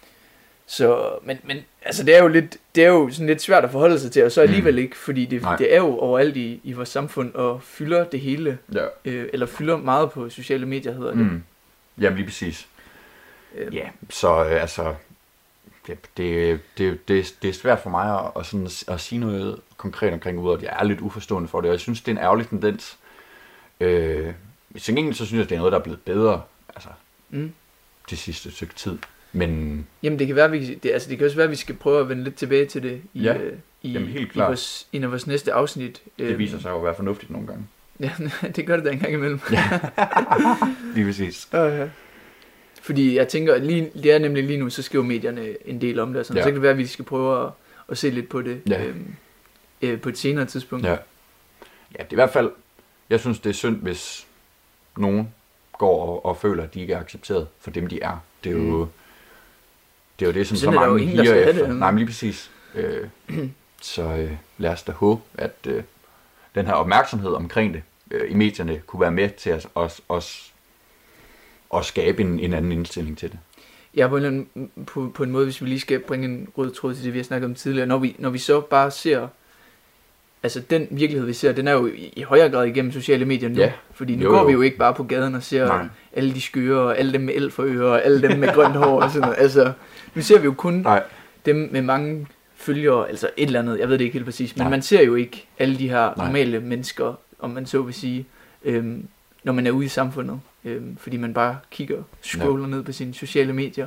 Speaker 3: så, men, men altså det er jo lidt, det er jo sådan lidt svært at forholde sig til, og så alligevel mm. ikke, fordi det, det er jo overalt i, i vores samfund og fylder det hele,
Speaker 2: ja.
Speaker 3: øh, eller fylder meget på sociale medier, hedder det.
Speaker 2: Mm. Jamen lige præcis. Øhm. Ja, så øh, altså det, det, det, det, det er svært for mig at, at, sådan, at sige noget konkret omkring ud, og jeg er lidt uforstående for det, og jeg synes, det er en ærgerlig tendens. Øh, til gengæld så synes jeg, det er noget, der er blevet bedre, altså mm. det sidste stykke tid. Men
Speaker 3: jamen det kan være, vi, det, altså det kan også være, at vi skal prøve at vende lidt tilbage til det i,
Speaker 2: ja,
Speaker 3: øh, i,
Speaker 2: jamen, helt
Speaker 3: i
Speaker 2: klart.
Speaker 3: vores, en af vores næste afsnit.
Speaker 2: Det viser sig jo at være fornuftigt nogle gange.
Speaker 3: Ja, det gør det da en gang imellem.
Speaker 2: Ja, lige præcis.
Speaker 3: Uh-huh. Fordi jeg tænker, lige, det er nemlig lige nu, så skriver medierne en del om det, sådan, ja. Så kan det være, at vi skal prøve at, at se lidt på det ja. øhm, øh, på et senere tidspunkt.
Speaker 2: Ja. Ja, det er i hvert fald, jeg synes det er synd, hvis nogen går og, og føler, at de ikke er accepteret for dem, de er. Det er jo mm. det, er jo det som så mange higer efter. Det, Nej, men lige præcis. Øh, så øh, lad os da håbe, at øh, den her opmærksomhed omkring det øh, i medierne kunne være med til at os, os, at skabe en, en anden indstilling til det.
Speaker 3: Ja, på en, på, på en måde, hvis vi lige skal bringe en rød tråd til det, vi har snakket om tidligere. Når vi, når vi så bare ser, altså den virkelighed, vi ser, den er jo i, i højere grad igennem sociale medier nu. Ja. Fordi nu jo, går jo. vi jo ikke bare på gaden og ser Nej. alle de skøre, og alle dem med el for ører, og alle dem med grønt hår og sådan noget. Altså, nu ser vi jo kun Nej. dem med mange følgere, altså et eller andet, jeg ved det ikke helt præcis, men Nej. man ser jo ikke alle de her Nej. normale mennesker, om man så vil sige, øhm, når man er ude i samfundet. Øhm, fordi man bare kigger, scroller ja. ned på sine sociale medier.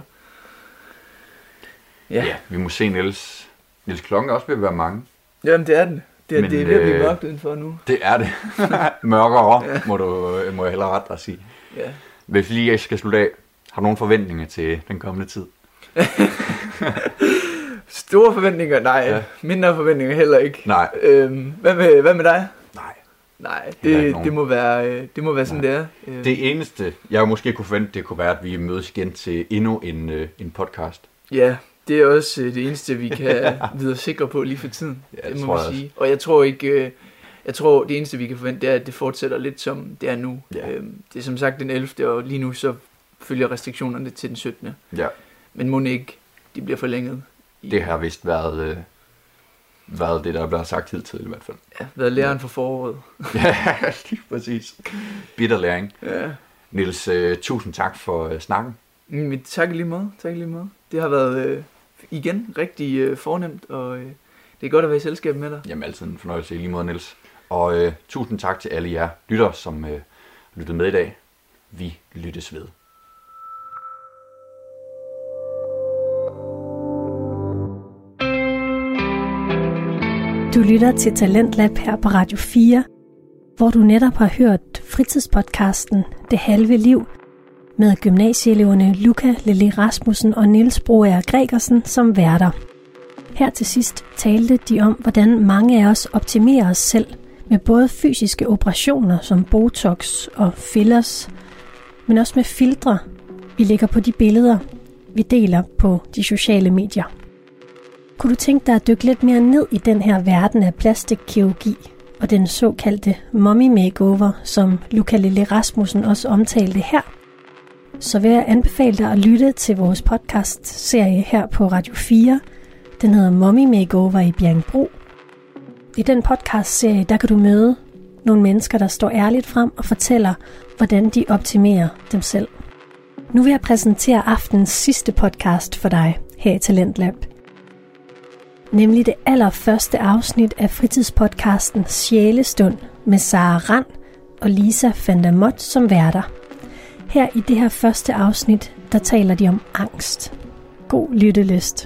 Speaker 2: Ja, ja vi må se Niels. Niels klokken også vil være mange.
Speaker 3: Jamen det er den. Det er, Men, det er ved at blive mørkt udenfor nu.
Speaker 2: Det er det. Mørkere, ja. må, du, må jeg hellere ret at sige.
Speaker 3: Ja.
Speaker 2: Hvis lige jeg skal slutte af, har du nogle forventninger til den kommende tid?
Speaker 3: Store forventninger? Nej. Ja. Mindre forventninger heller ikke.
Speaker 2: Nej.
Speaker 3: Øhm, hvad, med, hvad med dig?
Speaker 2: Nej.
Speaker 3: Nej, det, det, må være, det må være sådan,
Speaker 2: Nej.
Speaker 3: det er.
Speaker 2: Det eneste, jeg måske kunne forvente, det kunne være, at vi mødes igen til endnu en, en podcast.
Speaker 3: Ja, det er også det eneste, vi kan vide sikre på lige for tiden.
Speaker 2: Ja, det,
Speaker 3: det
Speaker 2: må
Speaker 3: vi
Speaker 2: jeg
Speaker 3: sige. Også. Og jeg tror ikke, jeg tror det eneste, vi kan forvente, det er, at det fortsætter lidt som det er nu.
Speaker 2: Ja.
Speaker 3: Det er som sagt den ellevte, og lige nu så følger restriktionerne til den syttende.
Speaker 2: Ja. Men
Speaker 3: må ikke, de bliver forlænget.
Speaker 2: I... Det har vist været... Øh... været det, der er blevet sagt hidtil i hvert fald.
Speaker 3: Ja, været læreren for foråret.
Speaker 2: Ja, lige præcis. Bitter læring.
Speaker 3: Ja.
Speaker 2: Niels, uh, tusind tak for uh, snakken.
Speaker 3: Mm, tak lige meget, tak lige meget. Det har været uh, igen rigtig uh, fornemt, og uh, det er godt at være i selskab med dig.
Speaker 2: Jamen altid en fornøjelse i lige måde, Niels. Og uh, tusind tak til alle jer lyttere, som uh, lyttede med i dag. Vi lyttes ved.
Speaker 1: Du lytter til Talentlab her på Radio fire, hvor du netop har hørt fritidspodcasten Det Halve Liv med gymnasieeleverne Luca Lille Rasmussen og Niels Broager Gregersen som værter. Her til sidst talte de om, hvordan mange af os optimerer os selv med både fysiske operationer som Botox og fillers, men også med filtre, vi lægger på de billeder, vi deler på de sociale medier. Kunne du tænke dig at dykke lidt mere ned i den her verden af plastikkirurgi og den såkaldte mommy makeover, som Luca Lille Rasmussen også omtalte her? Så vil jeg anbefale dig at lytte til vores podcast-serie her på Radio fire. Den hedder Mommy Makeover i Bjerringbro. I den podcast-serie, der kan du møde nogle mennesker, der står ærligt frem og fortæller, hvordan de optimerer dem selv. Nu vil jeg præsentere aftenens sidste podcast for dig her i Talentlab. Nemlig det allerførste afsnit af fritidspodcasten Sjælestund med Sara Rand og Lisa van der Mott som værter. Her i det her første afsnit, der taler de om angst. God lyttelyst.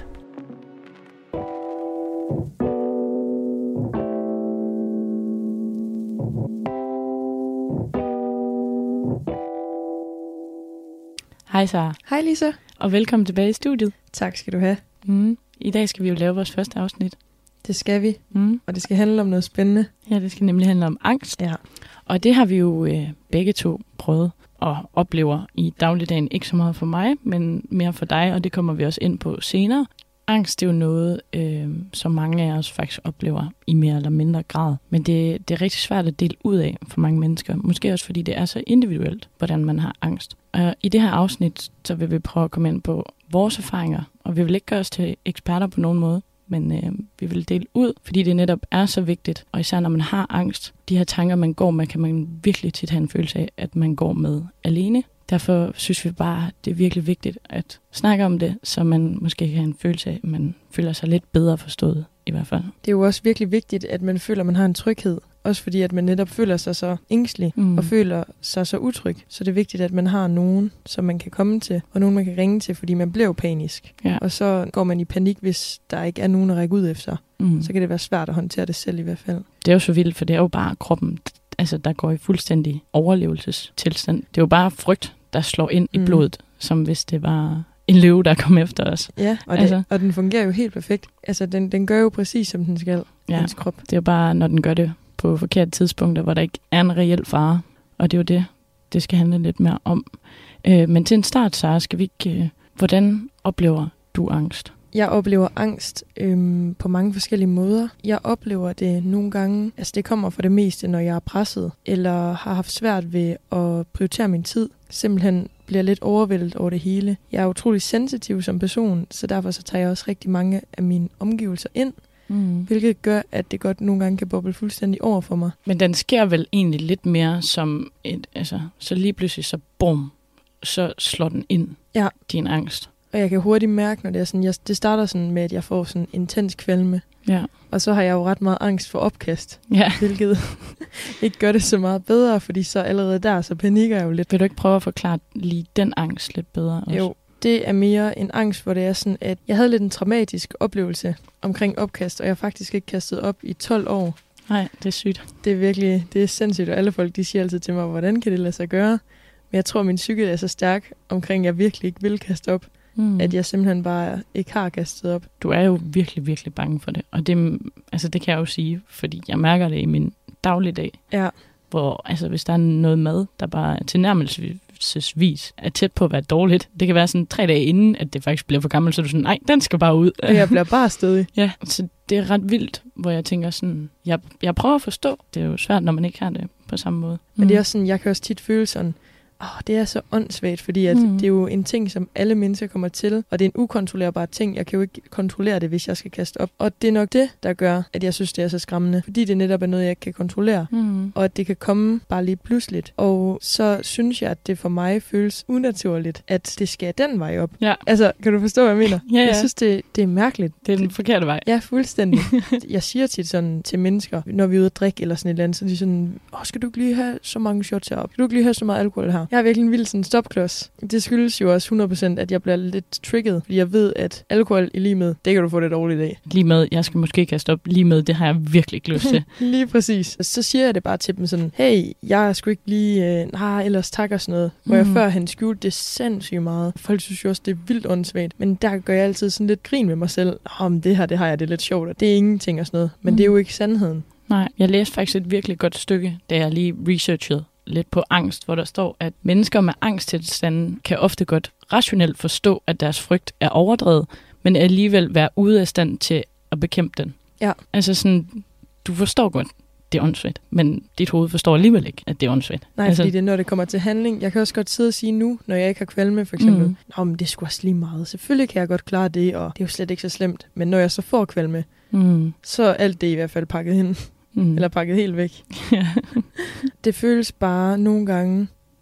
Speaker 4: Hej Sara.
Speaker 5: Hej Lisa.
Speaker 4: Og velkommen tilbage i studiet.
Speaker 5: Tak skal du have.
Speaker 4: Mm. I dag skal vi jo lave vores første afsnit.
Speaker 5: Det skal vi,
Speaker 4: mm.
Speaker 5: og det skal handle om noget spændende.
Speaker 4: Ja, det skal nemlig handle om angst.
Speaker 5: Ja.
Speaker 4: Og det har vi jo øh, begge to prøvet og oplever i dagligdagen. Ikke så meget for mig, men mere for dig, og det kommer vi også ind på senere. Angst, det er jo noget, øh, som mange af os faktisk oplever i mere eller mindre grad. Men det, det er rigtig svært at dele ud af for mange mennesker. Måske også fordi det er så individuelt, hvordan man har angst. Og i det her afsnit, så vil vi prøve at komme ind på vores erfaringer. Og vi vil ikke gøre os til eksperter på nogen måde, men øh, vi vil dele ud, fordi det netop er så vigtigt. Og især når man har angst, de her tanker, man går med, kan man virkelig tit have en følelse af, at man går med alene. Derfor synes vi bare, det er virkelig vigtigt at snakke om det, så man måske kan have en følelse af, at man føler sig lidt bedre forstået i hvert fald.
Speaker 5: Det er jo også virkelig vigtigt, at man føler, at man har en tryghed. Også fordi, at man netop føler sig så ængstelig mm. og føler sig så utryg. Så det er vigtigt, at man har nogen, som man kan komme til, og nogen, man kan ringe til, fordi man bliver jo panisk.
Speaker 4: Ja.
Speaker 5: Og så går man i panik, hvis der ikke er nogen at række ud efter. Mm. Så kan det være svært at håndtere det selv i hvert fald.
Speaker 4: Det er jo så vildt, for det er jo bare kroppen, altså, der går i fuldstændig overlevelsestilstand. Det er jo bare frygt, der slår ind mm. i blodet, som hvis det var en løve, der kom efter os.
Speaker 5: Ja, og, det, altså. og den fungerer jo helt perfekt. Altså, den, den gør jo præcis, som den skal,
Speaker 4: ja,
Speaker 5: dens krop.
Speaker 4: Det er jo bare, når den gør det på forkerte tidspunkter, hvor der ikke er en reel fare. Og det er jo det, det skal handle lidt mere om. Øh, men til en start, Sara, skal vi ikke... Øh, hvordan oplever du angst?
Speaker 5: Jeg oplever angst øhm, på mange forskellige måder. Jeg oplever det nogle gange, altså det kommer for det meste, når jeg er presset, eller har haft svært ved at prioritere min tid. Simpelthen bliver lidt overvældet over det hele. Jeg er utrolig sensitiv som person, så derfor så tager jeg også rigtig mange af mine omgivelser ind, mm. hvilket gør, at det godt nogle gange kan boble fuldstændig over for mig.
Speaker 4: Men den sker vel egentlig lidt mere som et, altså, så lige pludselig så bum, så slår den ind,
Speaker 5: ja.
Speaker 4: din angst.
Speaker 5: Og jeg kan hurtigt mærke, når det er sådan, jeg, det starter sådan med, at jeg får sådan intens kvalme.
Speaker 4: Ja.
Speaker 5: Og så har jeg jo ret meget angst for opkast,
Speaker 4: ja.
Speaker 5: hvilket ikke gør det så meget bedre, fordi så allerede der, så panikker jeg jo lidt.
Speaker 4: Vil du ikke prøve at forklare lige den angst lidt bedre også?
Speaker 5: Jo, det er mere en angst, hvor det er sådan, at jeg havde lidt en traumatisk oplevelse omkring opkast, og jeg har faktisk ikke kastet op i tolv år.
Speaker 4: Nej, det er sygt.
Speaker 5: Det er virkelig, det er sindssygt, og alle folk, de siger altid til mig, hvordan kan det lade sig gøre? Men jeg tror, min psyke er så stærk omkring, at jeg virkelig ikke vil kaste op. Mm. At jeg simpelthen bare ikke har kastet op.
Speaker 4: Du er jo virkelig, virkelig bange for det. Og det, altså det kan jeg jo sige, fordi jeg mærker det i min dagligdag.
Speaker 5: Ja.
Speaker 4: Hvor altså, hvis der er noget mad, der bare tilnærmelsesvis er tæt på at være dårligt. Det kan være sådan tre dage inden, at det faktisk bliver for gammelt, så du sådan, nej, den skal bare ud.
Speaker 5: Og jeg bliver bare stødig.
Speaker 4: Ja, så det er ret vildt, hvor jeg tænker sådan, jeg, jeg prøver at forstå. Det er jo svært, når man ikke har det på samme måde.
Speaker 5: Men mm. det er også sådan, jeg kan også tit føle sådan, åh, oh, det er så åndssvagt, fordi at mm. det er jo en ting, som alle mennesker kommer til, og det er en ukontrollerbar ting. Jeg kan jo ikke kontrollere det, hvis jeg skal kaste op. Og det er nok det, der gør, at jeg synes, det er så skræmmende, fordi det netop er noget, jeg ikke kan kontrollere, mm. og at det kan komme bare lige pludseligt. Og så synes jeg, at det for mig føles unaturligt, at det skal den vej op.
Speaker 4: Ja.
Speaker 5: Altså, kan du forstå, hvad jeg mener?
Speaker 4: Ja, ja.
Speaker 5: Jeg synes, det, det er mærkeligt.
Speaker 4: Det er den forkerte vej.
Speaker 5: Ja, fuldstændig. Jeg siger tit sådan til mennesker, når vi er ude at drikke eller sådan et eller andet, så er de sådan, åh, skal du ikke lige have så mange shots heroppe? Skal du ikke lige have så meget alkohol her? Jeg er virkelig en vild sådan stopklods. Det skyldes jo også hundrede procent, at jeg bliver lidt trigget, fordi jeg ved, at alkohol i lige med, det kan du få det dårligt af.
Speaker 4: Lige med, jeg skal måske kaste op. Lige med, det har jeg virkelig ikke lyst til.
Speaker 5: Lige præcis. Så siger jeg det bare til dem sådan, hey, jeg skulle ikke lige, øh, nej, ellers tak og sådan noget. Hvor mm. jeg før han skjulte det sindssygt meget. Folk synes jo også, det er vildt åndssvagt. Men der gør jeg altid sådan lidt grin med mig selv. Om det her, det har jeg det lidt sjovt, og det er ingenting og sådan noget. Men mm. det er jo ikke sandheden.
Speaker 4: Nej, jeg læste faktisk et virkelig godt stykke, da jeg lige researchede lidt på angst, hvor der står, at mennesker med angsttilstanden kan ofte godt rationelt forstå, at deres frygt er overdrevet, men alligevel være ude af stand til at bekæmpe den.
Speaker 5: Ja.
Speaker 4: Altså sådan, du forstår godt, det er åndssvagt, men dit hoved forstår alligevel ikke, at det er åndssvagt.
Speaker 5: Nej, altså, fordi det er, når det kommer til handling. Jeg kan også godt sidde og sige nu, når jeg ikke har kvalme, for eksempel, mm. Nå, men det er sgu også lige meget. Selvfølgelig kan jeg godt klare det, og det er jo slet ikke så slemt. Men når jeg så får kvalme, mm. så er alt det i hvert fald pakket hen. Mm. Eller pakket helt væk. Det føles bare nogle gange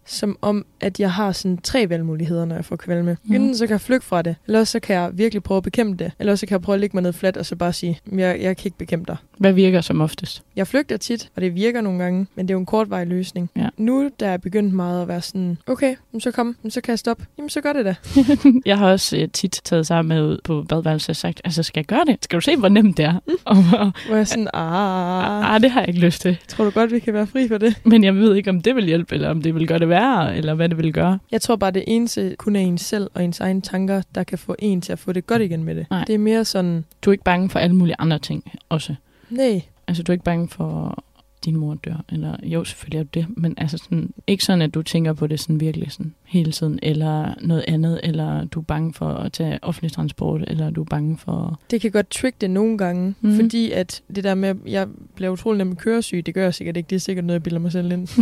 Speaker 5: som om, at jeg har sådan tre valgmuligheder, når jeg får kvalme.
Speaker 4: Mm.
Speaker 5: Enten så kan jeg flygte fra det, eller også så kan jeg virkelig prøve at bekæmpe det, eller også så kan jeg prøve at ligge mig ned fladt og så bare sige, jeg, jeg kan ikke bekæmpe dig.
Speaker 4: Hvad virker som oftest?
Speaker 5: Jeg flygter tit, og det virker nogle gange, men det er jo en kortvarig løsning.
Speaker 4: Ja.
Speaker 5: Nu, der er begyndt meget at være sådan, okay, så kom, så kan jeg stoppe. Jamen, så gør det da.
Speaker 4: Jeg har også uh, tit taget sammen med ud på badeværelset og sagt, altså skal jeg gøre det? Skal du se, hvor nemt det er? Mm. og, og,
Speaker 5: Hvor jeg er sådan, ah,
Speaker 4: ah, det har jeg ikke lyst til.
Speaker 5: Tror du godt, vi kan være fri for det?
Speaker 4: Men jeg ved ikke, om det vil hjælpe, eller om det vil gøre det værre, eller hvad det vil gøre.
Speaker 5: Jeg tror bare, det eneste kun er ens selv og ens egne tanker, der kan få en til at få det godt igen med det.
Speaker 4: Nej.
Speaker 5: Det er mere sådan,
Speaker 4: Du er ikke bange for alle mulige andre ting også.
Speaker 5: nej.
Speaker 4: Altså, du er ikke bange for, din mor dør, eller jo, selvfølgelig er du det, men altså sådan, ikke sådan, at du tænker på det sådan virkelig sådan hele tiden, eller noget andet, eller du er bange for at tage offentlig transport, eller du er bange for...
Speaker 5: Det kan godt trick det nogle gange, mm. fordi at det der med, at jeg bliver utrolig nemt køresyg, det gør jeg sikkert ikke, det er sikkert noget, jeg bilder mig selv ind.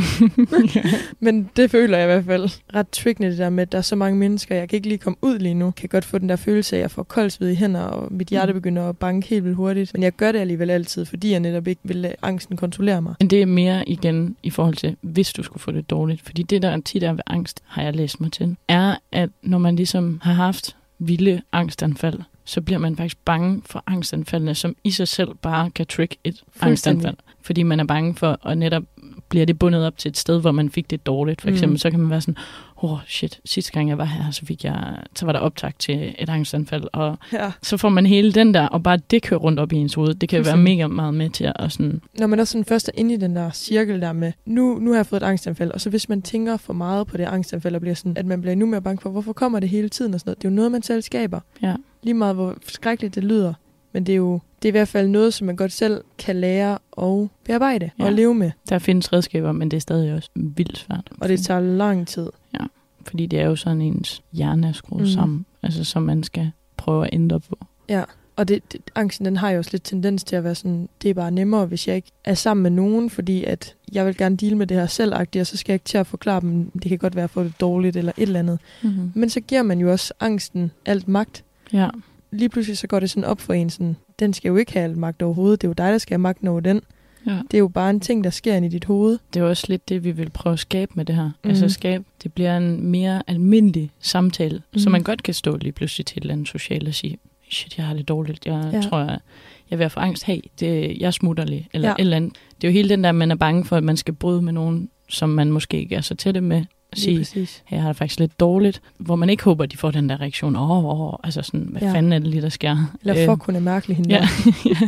Speaker 5: Men det føler jeg i hvert fald ret trickende, det der med, at der er så mange mennesker, jeg kan ikke lige komme ud lige nu, kan godt få den der følelse af, at jeg får koldsved i hænder, og mit hjerte mm. begynder at banke helt vildt hurtigt, men jeg gør det alligevel altid, fordi jeg netop ikke vil lade angsten kontrollere mig.
Speaker 4: Men det er mere igen i forhold til, hvis du skulle få det dårligt. Fordi det, der tit er ved angst, har jeg læst mig til, er, at når man ligesom har haft vilde angstanfald, så bliver man faktisk bange for angstanfaldene, som i sig selv bare kan trigge et angstanfald. Fordi man er bange for, at netop bliver det bundet op til et sted, hvor man fik det dårligt. For eksempel, mm. så kan man være sådan, åh oh, shit, sidste gang jeg var her, så fik jeg, så var der optakt til et angstanfald. Og
Speaker 5: ja.
Speaker 4: Så får man hele den der, og bare det kører rundt op i ens hoved. Det kan være mega meget med til at sådan...
Speaker 5: Når man også sådan først er inde i den der cirkel der med, nu, nu har jeg fået et angstanfald, og så hvis man tænker for meget på det angstanfald, og bliver sådan, at man bliver endnu mere bange for, hvorfor kommer det hele tiden og sådan noget. Det er jo noget, man selv skaber.
Speaker 4: Ja.
Speaker 5: Lige meget, hvor skrækkeligt det lyder. Men det er jo det er i hvert fald noget, som man godt selv kan lære og bearbejde ja. og leve med.
Speaker 4: Der findes redskaber, men det er stadig også vildt svært.
Speaker 5: Og det tager lang tid.
Speaker 4: Ja, fordi det er jo sådan ens hjerne er skruet mm. sammen, altså som man skal prøve at ændre på.
Speaker 5: Ja, og det, det, angsten den har jo også lidt tendens til at være sådan, det er bare nemmere, hvis jeg ikke er sammen med nogen, fordi at jeg vil gerne deale med det her selvagtigt, og så skal jeg ikke til at forklare dem, det kan godt være at få det dårligt eller et eller andet. Mm-hmm. Men så giver man jo også angsten alt magt.
Speaker 4: Ja.
Speaker 5: Lige pludselig så går det sådan op for en sådan, den skal jo ikke have alt magt overhovedet, det er jo dig, der skal have magten over den. Ja. Det er jo bare en ting, der sker ind i dit hoved.
Speaker 4: Det er også lidt det, vi vil prøve at skabe med det her. Mm. Altså skabe, det bliver en mere almindelig samtale, mm. så man godt kan stå lige pludselig til et eller andet socialt og sige, shit, jeg har det dårligt, jeg ja. tror, jeg, jeg er ved at få angst, hey, det, jeg smutter lige, eller ja. et eller andet. Det er jo hele den der, man er bange for, at man skal bryde med nogen, som man måske ikke er så tætte med, at sige, hey, jeg har det faktisk lidt dårligt, hvor man ikke håber, at de får den der reaktion, åh, oh, oh, altså sådan, hvad ja. fanden er det lige, der sker?
Speaker 5: Eller fuck, hun er mærkelig hende.
Speaker 4: Ja. ja.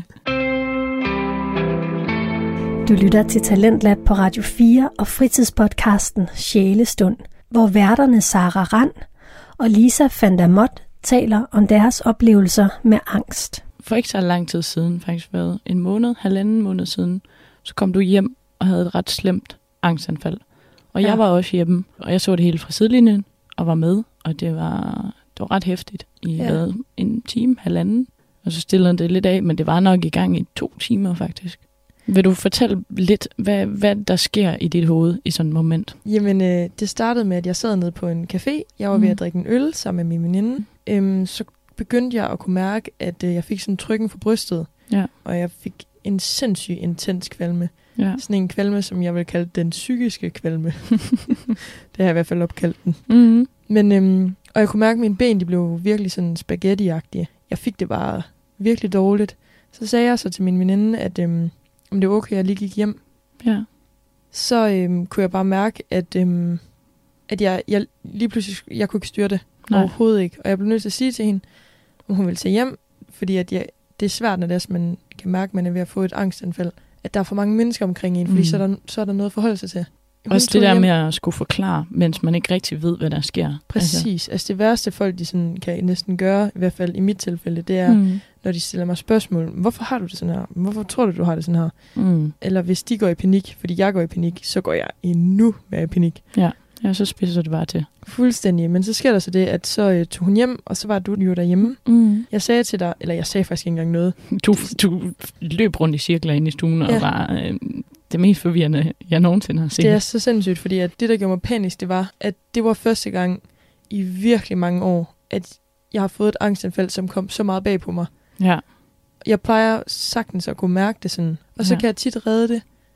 Speaker 1: Du lytter til Talentlab på Radio fire og fritidspodcasten Sjælestund, hvor værterne Sara Rand og Lisa van der Mott taler om deres oplevelser med angst.
Speaker 4: For ikke så lang tid siden, faktisk været en måned, halvanden måned siden, så kom du hjem og havde et ret slemt angstanfald. Og ja. jeg var også hjemme, og jeg så det hele fra sidelinjen og var med, og det var, det var ret hæftigt i ja. en time, halvanden. Og så stillede det lidt af, men det var nok i gang i to timer faktisk. Vil du fortælle lidt, hvad, hvad der sker i dit hoved i sådan et moment?
Speaker 5: Jamen, øh, det startede med, at jeg sad nede på en café. Jeg var mm. ved at drikke en øl sammen med min veninde. Øhm, så begyndte jeg at kunne mærke, at øh, jeg fik sådan en trykken for brystet. Ja. Og jeg fik en sindssygt intens kvalme. Ja. Sådan en kvalme, som jeg vil kalde den psykiske kvalme. Det har jeg i hvert fald opkaldt den. Mm. Men, øhm, og jeg kunne mærke, at mine ben de blev virkelig sådan spaghetti-agtige. Jeg fik det bare virkelig dårligt. Så sagde jeg så til min veninde, at øhm, om det var okay, jeg lige gik hjem. Ja. Så øhm, kunne jeg bare mærke, at, øhm, at jeg, jeg lige pludselig jeg kunne ikke styre det. Nej. Overhovedet ikke. Og jeg blev nødt til at sige til hende, om hun ville tage hjem, fordi at jeg, det er svært, når det er, at man kan mærke, at man er ved at få et angstanfald. At der er for mange mennesker omkring en, fordi mm. så, er der, så er der noget at forholde sig til. Hun
Speaker 4: også det der hjem. Med at skulle forklare, mens man ikke rigtig ved, hvad der sker.
Speaker 5: Præcis. Altså, altså det værste folk, de sådan kan næsten gøre, i hvert fald i mit tilfælde, det er, mm. når de stiller mig spørgsmål, hvorfor har du det sådan her? Hvorfor tror du, du har det sådan her? Mm. Eller hvis de går i panik, fordi jeg går i panik, så går jeg endnu mere i panik.
Speaker 4: Ja, ja så spidser det bare til.
Speaker 5: Fuldstændig. Men så sker der så det, at så øh, tog hun hjem, og så var du jo derhjemme. Mm. Jeg sagde til dig, eller jeg sagde faktisk ikke engang noget.
Speaker 4: Du, du løb rundt i cirkler inde i stuen, ja. og var øh, det mest forvirrende, jeg nogensinde har set.
Speaker 5: Det er så sindssygt, fordi at det, der gjorde mig panisk, det var, at det var første gang i virkelig mange år, at jeg har fået et angstanfald, som kom så meget bag på mig. Ja. Jeg plejer sagtens at kunne mærke det sådan, og så ja. kan jeg tit redde det.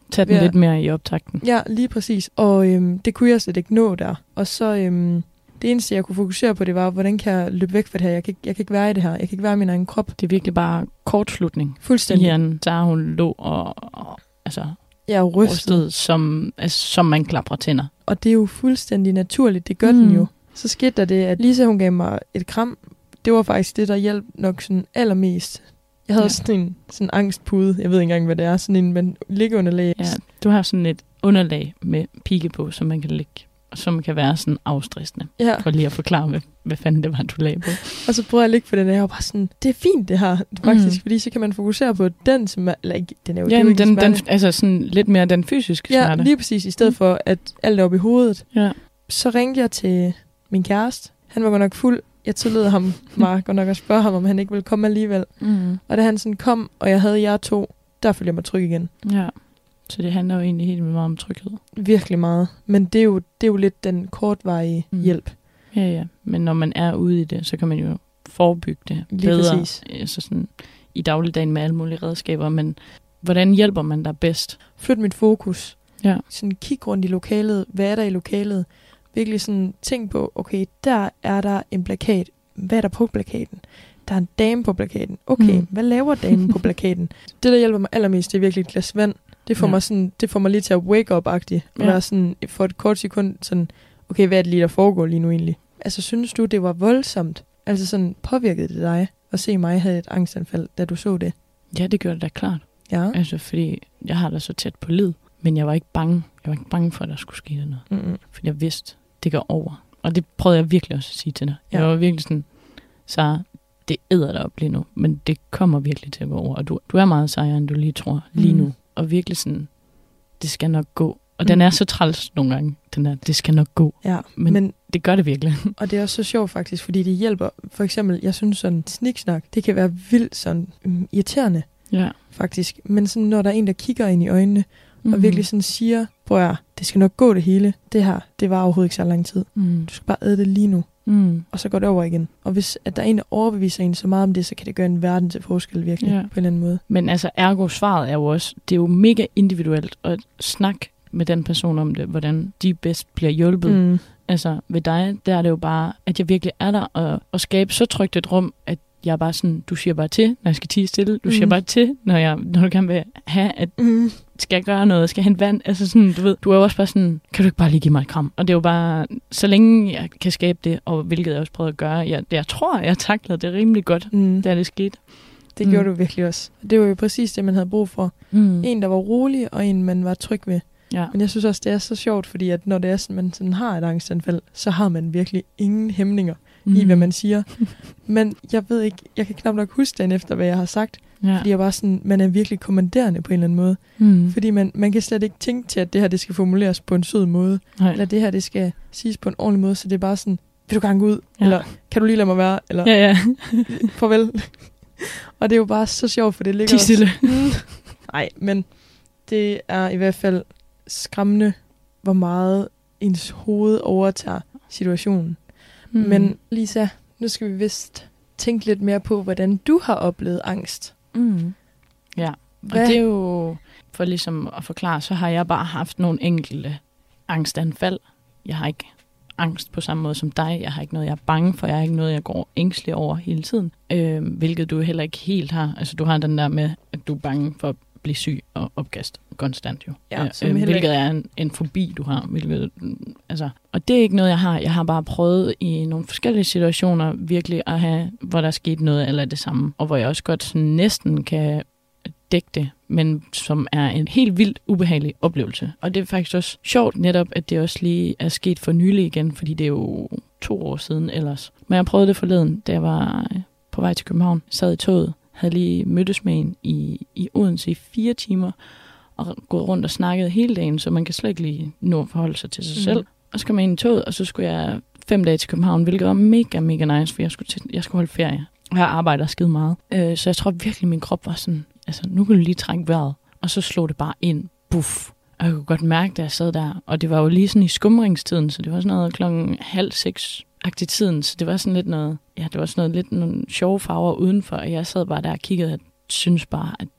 Speaker 4: Tag den
Speaker 5: Ja.
Speaker 4: lidt mere i optakten.
Speaker 5: Ja, lige præcis. Og øhm, det kunne jeg slet ikke nå der. Og så øhm, det eneste, jeg kunne fokusere på, det var, hvordan kan jeg løbe væk fra det her? Jeg kan, jeg kan ikke være i det her. Jeg kan ikke være i min egen krop.
Speaker 4: Det er virkelig bare kortslutning.
Speaker 5: Fuldstændig.
Speaker 4: Ian, der hun lå og, og altså,
Speaker 5: Jeg er rystet.
Speaker 4: rystet, som, altså, som man klapper tænder.
Speaker 5: Og det er jo fuldstændig naturligt. Det gør mm. den jo. Så skete der det, at Lisa, hun gav mig et kram. Det var faktisk det, der hjalp nok sådan allermest. Jeg havde ja. sådan en sådan angstpude. Jeg ved ikke engang, hvad det er. Sådan en, man ligger underlag.
Speaker 4: Ja, du har sådan et underlag med pigge på, som man kan lægge, som kan være sådan afstressende.
Speaker 5: Ja.
Speaker 4: For lige at forklare, hvad, hvad fanden det var, du lagde på.
Speaker 5: Og så prøver jeg at ligge på den, og jeg var bare sådan, det er fint det her, faktisk. Mm. Fordi så kan man fokusere på den, som er, eller ikke, den er jo,
Speaker 4: Ja,
Speaker 5: det er jo ikke
Speaker 4: den, den,
Speaker 5: smerte.
Speaker 4: altså sådan lidt mere den fysiske
Speaker 5: Ja,
Speaker 4: smerte.
Speaker 5: lige præcis. I stedet for, at alt er oppe i hovedet.
Speaker 4: Ja.
Speaker 5: Så ringte jeg til min kæreste. Han var godt nok fuld. Jeg tillod ham mig godt nok at spørge ham, om han ikke ville komme alligevel.
Speaker 4: Mm.
Speaker 5: Og da han sådan kom, og jeg havde jer to, der følte jeg mig tryg igen.
Speaker 4: Ja, så det handler jo egentlig helt meget om tryghed.
Speaker 5: Virkelig meget. Men det er jo, det er jo lidt den kortvarige
Speaker 4: Mm.
Speaker 5: hjælp.
Speaker 4: Ja, ja. Men når man er ude i det, så kan man jo forebygge det
Speaker 5: Lige
Speaker 4: bedre.
Speaker 5: præcis.
Speaker 4: Altså sådan, i dagligdagen med alle mulige redskaber. Men hvordan hjælper man dig bedst?
Speaker 5: Flyt mit fokus.
Speaker 4: Ja.
Speaker 5: Sådan kig rundt i lokalet. Hvad er der i lokalet? Virkelig sådan tænk på, okay, der er der en plakat. Hvad er der på plakaten? Der er en dame på plakaten. Okay,
Speaker 4: Mm.
Speaker 5: mm. hvad laver damen på plakaten? Det, der hjælper mig allermest, det er virkelig et glas vand. Det får,
Speaker 4: Ja.
Speaker 5: mig, sådan, det får mig lige til at wake up-agtigt. Og
Speaker 4: Ja.
Speaker 5: være sådan, for et kort sekund, sådan, okay, hvad er det lige, der foregår lige nu egentlig? Altså, synes du, det var voldsomt? Altså sådan, påvirkede det dig at se mig have et angstanfald, da du så det?
Speaker 4: Ja, det gør det da klart.
Speaker 5: Ja.
Speaker 4: Altså, fordi jeg har det så tæt på lid. Men jeg var ikke bange. Jeg var ikke bange for, at der skulle ske noget.
Speaker 5: Mm-mm.
Speaker 4: Fordi jeg vidste, det går over. Og det prøvede jeg virkelig også at sige til dig. Jeg
Speaker 5: Ja.
Speaker 4: var virkelig sådan, Sara, det æder dig op lige nu, men det kommer virkelig til at gå over. Og du, du er meget sejere, end du lige tror lige
Speaker 5: Mm.
Speaker 4: nu. Og virkelig sådan, det skal nok gå. Og
Speaker 5: Mm.
Speaker 4: den er så træls nogle gange, den der, det skal nok gå.
Speaker 5: Ja,
Speaker 4: Men,
Speaker 5: men,
Speaker 4: men
Speaker 5: men
Speaker 4: det gør det virkelig.
Speaker 5: og det er også så sjovt faktisk, fordi det hjælper. For eksempel, jeg synes sådan, sniksnak, det kan være vildt sådan um, irriterende,
Speaker 4: Ja.
Speaker 5: faktisk. Men sådan, når der er en, der kigger ind i øjnene,
Speaker 4: Mm.
Speaker 5: og virkelig sådan siger, prøv at det skal nok gå det hele. Det her, det var overhovedet ikke så lang tid.
Speaker 4: Mm.
Speaker 5: Du skal bare æde det lige nu,
Speaker 4: Mm.
Speaker 5: og så går det over igen. Og hvis at der er en, der overbeviser en så meget om det, så kan det gøre en verden til forskel virkelig,
Speaker 4: Ja.
Speaker 5: på en eller anden måde.
Speaker 4: Men altså, ergo svaret er jo også, det er jo mega individuelt at snakke med den person om det, hvordan de bedst bliver hjulpet.
Speaker 5: Mm.
Speaker 4: Altså ved dig, der er det jo bare, at jeg virkelig er der og, og skabe så trygt et rum, at jeg er bare sådan, du siger bare til, når jeg skal tie stille. Du mm. siger bare til, når, jeg, når du gerne vil have, at
Speaker 5: Mm.
Speaker 4: skal jeg gøre noget, skal jeg hente vand. Altså sådan, du ved, du er jo også bare sådan, kan du ikke bare lige give mig et kram? Og det er jo bare, så længe jeg kan skabe det, og hvilket jeg også prøvede at gøre, jeg, jeg tror, jeg taklede det rimelig godt,
Speaker 5: Mm.
Speaker 4: da det skete.
Speaker 5: Det
Speaker 4: Mm.
Speaker 5: gjorde du virkelig også. Det var jo præcis det, man havde brug for.
Speaker 4: Mm.
Speaker 5: En, der var rolig, og en, man var tryg ved.
Speaker 4: Ja.
Speaker 5: Men jeg synes også, det er så sjovt, fordi at når det er sådan, man sådan har et angstanfald, så har man virkelig ingen hæmninger mm. i, hvad man siger. Men jeg ved ikke, jeg kan knap nok huske den efter, hvad jeg har sagt.
Speaker 4: Ja.
Speaker 5: Fordi jeg var sådan, man er virkelig kommanderende på en eller anden måde.
Speaker 4: Mm.
Speaker 5: Fordi man, man kan slet ikke tænke til, at det her, det skal formuleres på en sød måde.
Speaker 4: Nej.
Speaker 5: Eller det her, det skal siges på en ordentlig måde. Så det er bare sådan, vil du gerne gå ud?
Speaker 4: Ja.
Speaker 5: Eller kan du lige lade mig være? Eller
Speaker 4: Ja, ja.
Speaker 5: farvel. Og det er jo bare så sjovt, for det ligger
Speaker 4: Ti stille.
Speaker 5: Nej, men det er i hvert fald skræmmende, hvor meget ens hoved overtager situationen.
Speaker 4: Mm.
Speaker 5: Mm. Men Lisa, nu skal vi vist tænke lidt mere på, hvordan du har oplevet angst.
Speaker 4: Mm. Ja, og
Speaker 5: Hvad?
Speaker 4: det er jo, for ligesom at forklare, så har jeg bare haft nogle enkelte angstanfald. Jeg har ikke angst på samme måde som dig. Jeg har ikke noget, jeg er bange for. Jeg har ikke noget, jeg går ængstelig over hele tiden. Øh, hvilket du heller ikke helt har. Altså, du har den der med, at du er bange for at blive syg og opkast konstant jo.
Speaker 5: Ja,
Speaker 4: øh,
Speaker 5: som
Speaker 4: øh,
Speaker 5: heller
Speaker 4: hvilket er en, en fobi, du har. Hvilket, mm, altså, og det er ikke noget, jeg har. Jeg har bare prøvet i nogle forskellige situationer virkelig at have, hvor der er sket noget eller det samme. Og hvor jeg også godt sådan næsten kan dække det, men som er en helt vildt ubehagelig oplevelse. Og det er faktisk også sjovt netop, at det også lige er sket for nylig igen, fordi det er jo to år siden ellers. Men jeg prøvede det forleden, da jeg var på vej til København. Jeg sad i toget, havde lige mødtes med en i, i Odense i fire timer, og gået rundt og snakket hele dagen, så man kan slet ikke lige nå at forholde sig til sig mm. selv. Og så kom jeg ind i toget, og så skulle jeg fem dage til København, hvilket var mega, mega nice, for jeg skulle, til, jeg skulle holde ferie. Og jeg arbejder skide meget. Øh, så jeg tror virkelig, min krop var sådan, altså nu kan du lige trække vejret. Og så slog det bare ind, buff. Og jeg kunne godt mærke, da jeg sad der. Og det var jo lige sådan i skumringstiden, så det var sådan noget klokken halv seks agtig tiden. Så det var sådan lidt noget, ja, det var sådan noget lidt nogle sjove farver udenfor. Og jeg sad bare der og kiggede og synes bare, at det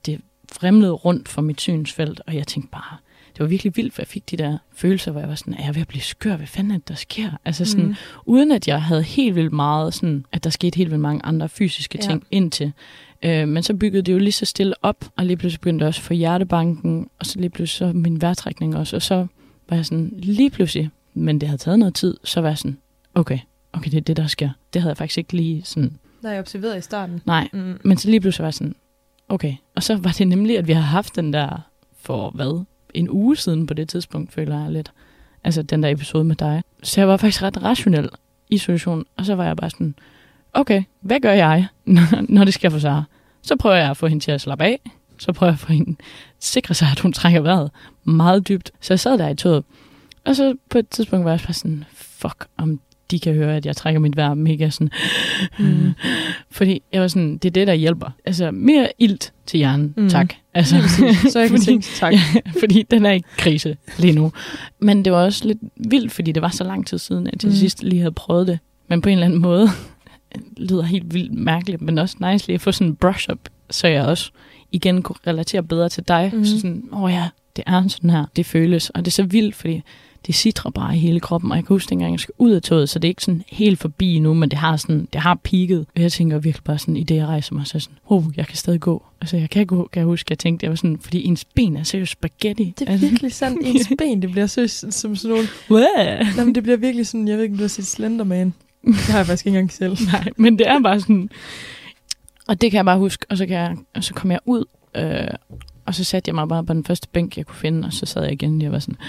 Speaker 4: vrimlede rundt for mit synsfelt, og jeg tænkte bare, det var virkelig vildt, for jeg fik de der følelser, hvor jeg var sådan, er jeg ved at blive skør, hvad fanden er det, der sker? Altså sådan, mm. uden at jeg havde helt vildt meget, sådan, at der skete helt vildt mange andre fysiske ting ja. indtil. Øh, men så byggede det jo lige så stille op, og lige pludselig begyndte jeg også for hjertebanken, og så lige pludselig så min vejrtrækning også, og så var jeg sådan, lige pludselig, men det havde taget noget tid, så var jeg sådan, okay, okay, det er det, der sker. Det havde jeg faktisk ikke lige sådan...
Speaker 5: Nej, observeret i starten.
Speaker 4: Nej, mm. men så lige pludselig var jeg sådan, okay. Og så var det nemlig, at vi har haft den der, for hvad, en uge siden på det tidspunkt, føler jeg lidt. Altså den der episode med dig. Så jeg var faktisk ret rationel i situationen, og så var jeg bare sådan, okay, hvad gør jeg, når det sker for Sara? Så prøver jeg at få hende til at slappe af. Så prøver jeg at få hende sikre sig, at hun trækker vejret meget dybt. Så jeg sad der i toget. Og så på et tidspunkt var jeg bare sådan, fuck, om de kan høre, at jeg trækker mit vejr mega sådan. Mm. Fordi jeg var sådan, det er det, der hjælper. Altså mere ilt til hjernen, mm. tak. Altså,
Speaker 5: så jeg kan fordi, tænke, tak.
Speaker 4: Ja, fordi den er ikke krise lige nu. Men det var også lidt vildt, fordi det var så lang tid siden, at jeg mm. sidst lige havde prøvet det. Men på en eller anden måde, lyder helt vildt mærkeligt, men også nice lige at få sådan en brush-up, så jeg også igen kunne relatere bedre til dig. Mm. Så sådan, åh oh ja, det er sådan her, det føles. Og det er så vildt, fordi det sitrer bare i hele kroppen, og jeg kan huske, dengang jeg skal ud af toget, så det er ikke sådan helt forbi nu, men det har sådan, det har peaked. Og jeg tænker virkelig bare sådan, i det jeg rejser mig, så sådan, oh, jeg kan stadig gå. Altså, jeg kan gå, kan jeg huske, jeg tænkte, jeg var sådan, fordi ens ben er seriøst spaghetti.
Speaker 5: Det er altså, virkelig sandt, ens ben, det bliver seriøst som sådan nogle...
Speaker 4: What?
Speaker 5: Nej, men det bliver virkelig sådan, jeg ved ikke, om du har set Slenderman. Det har jeg faktisk ikke engang selv.
Speaker 4: Nej, men det er bare sådan, og det kan jeg bare huske, og så, kan jeg, og så kom jeg ud, øh, og så satte jeg mig bare på den første bænk, jeg kunne finde, og så sad jeg igen, og jeg var sådan...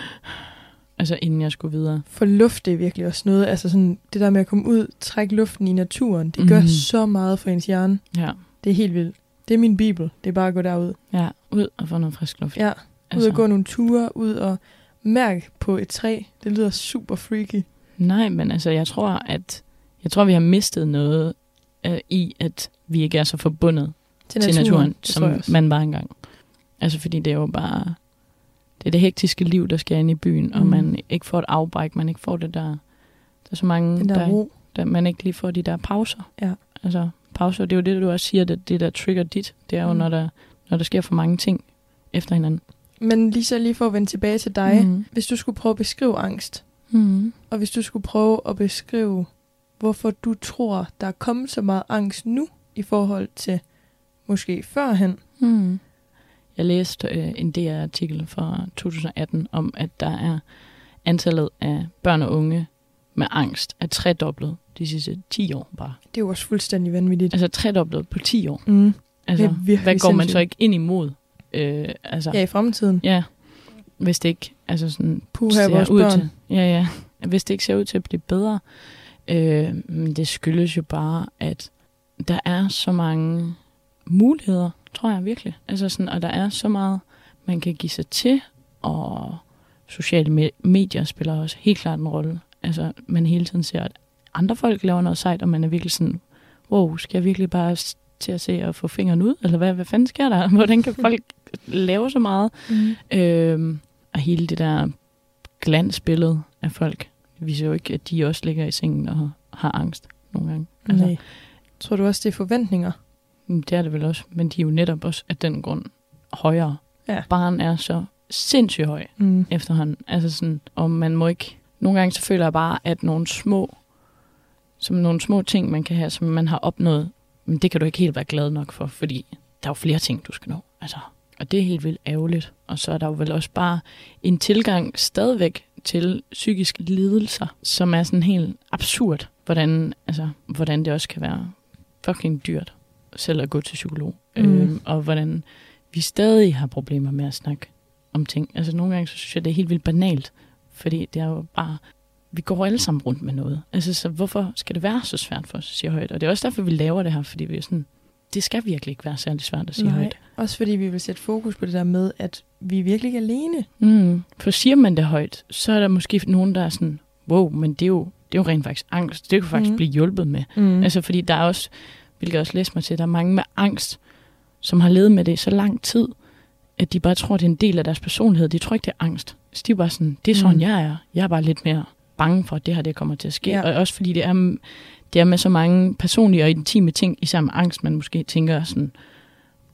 Speaker 4: Altså inden jeg skulle videre.
Speaker 5: For luft, det er virkelig også noget. Altså sådan, det der med at komme ud, trække luften i naturen, det mm. gør så meget for ens hjerne.
Speaker 4: Ja.
Speaker 5: Det er helt vildt. Det er min bibel. Det er bare at gå derud.
Speaker 4: Ja, ud og få noget frisk luft.
Speaker 5: Ja, altså. Ud og gå nogle ture, ud og mærke på et træ. Det lyder super freaky.
Speaker 4: Nej, men altså jeg tror, at jeg tror, vi har mistet noget øh, i, at vi ikke er så forbundet til naturen, til naturen som man var engang. Altså fordi det er jo bare... Det er det hektiske liv, der sker inde i byen, og mm. man ikke får et afbræk, man ikke får det der... Der er så mange,
Speaker 5: den der, der ro.
Speaker 4: Der, man ikke lige får de der pauser.
Speaker 5: Ja.
Speaker 4: Altså pauser, det er jo det, du også siger, det, det der trigger dit. Det er jo, mm. når, der, når der sker for mange ting efter hinanden.
Speaker 5: Men lige så lige for at vende tilbage til dig. Mm. Hvis du skulle prøve at beskrive angst, mm. og hvis du skulle prøve at beskrive, hvorfor du tror, der er kommet så meget angst nu, i forhold til måske førhen.
Speaker 4: Mm. Jeg læste øh, en D R-artikel fra to tusind atten om, at der er antallet af børn og unge med angst er tredoblet de sidste ti år bare.
Speaker 5: Det er jo også fuldstændig vanvittigt.
Speaker 4: Altså tredoblet på ti år.
Speaker 5: Mm.
Speaker 4: Altså, hvad går man så ikke ind imod? Øh, altså,
Speaker 5: ja, i fremtiden.
Speaker 4: Ja, hvis det ikke altså sådan,
Speaker 5: Puh,
Speaker 4: ser ud til, ja, ja, hvis det ikke ser ud til at blive bedre. Øh, men det skyldes jo bare, at der er så mange muligheder, tror jeg virkelig. Altså sådan, og der er så meget, man kan give sig til, og sociale medier spiller også helt klart en rolle. Altså, man hele tiden ser, at andre folk laver noget sejt, og man er virkelig sådan, wow, skal jeg virkelig bare til at se og få fingeren ud? Eller hvad, hvad fanden sker der? Hvordan kan folk lave så meget? Mm. Øhm, og hele det der glansbillede af folk, viser jo ikke, at de også ligger i sengen og har angst nogle gange. Altså,
Speaker 5: nej. Tror du også, det er forventninger?
Speaker 4: Det er det vel også, men de er jo netop også af den grund højere.
Speaker 5: Ja.
Speaker 4: Barn er så sindssygt høj mm. efterhånden. Altså sådan, og man må ikke... Nogle gange så føler jeg bare, at nogle små, som nogle små ting, man kan have, som man har opnået, men det kan du ikke helt være glad nok for, fordi der er jo flere ting, du skal nå. Altså, og det er helt vildt ærgerligt. Og så er der jo vel også bare en tilgang stadigvæk til psykiske lidelser, som er sådan helt absurd, hvordan, altså, hvordan det også kan være fucking dyrt selv at gå til psykolog. Mm. Øhm, og hvordan vi stadig har problemer med at snakke om ting. Altså nogle gange så synes jeg, det er helt vildt banalt, fordi det er jo bare, vi går alle sammen rundt med noget. Altså så hvorfor skal det være så svært for os at sige højt? Og det er også derfor, vi laver det her, fordi vi er sådan, det skal virkelig ikke være særlig svært at sige
Speaker 5: Nej,
Speaker 4: højt.
Speaker 5: Også fordi vi vil sætte fokus på det der med, at vi er virkelig ikke alene.
Speaker 4: Mm, for siger man det højt, så er der måske nogen, der er sådan, wow, men det er jo, det er jo rent faktisk angst. Det kan faktisk mm. blive hjulpet med. Mm. Altså fordi der er også, hvilket jeg også læser mig til, der er mange med angst, som har levet med det i så lang tid, at de bare tror, det er en del af deres personlighed. De tror ikke, det er angst. Så de er bare sådan, det er sådan, mm. jeg er. Jeg er bare lidt mere bange for, at det her det kommer til at ske. Ja. Og også fordi det er, det er med så mange personlige og intime ting, især med angst, man måske tænker sådan,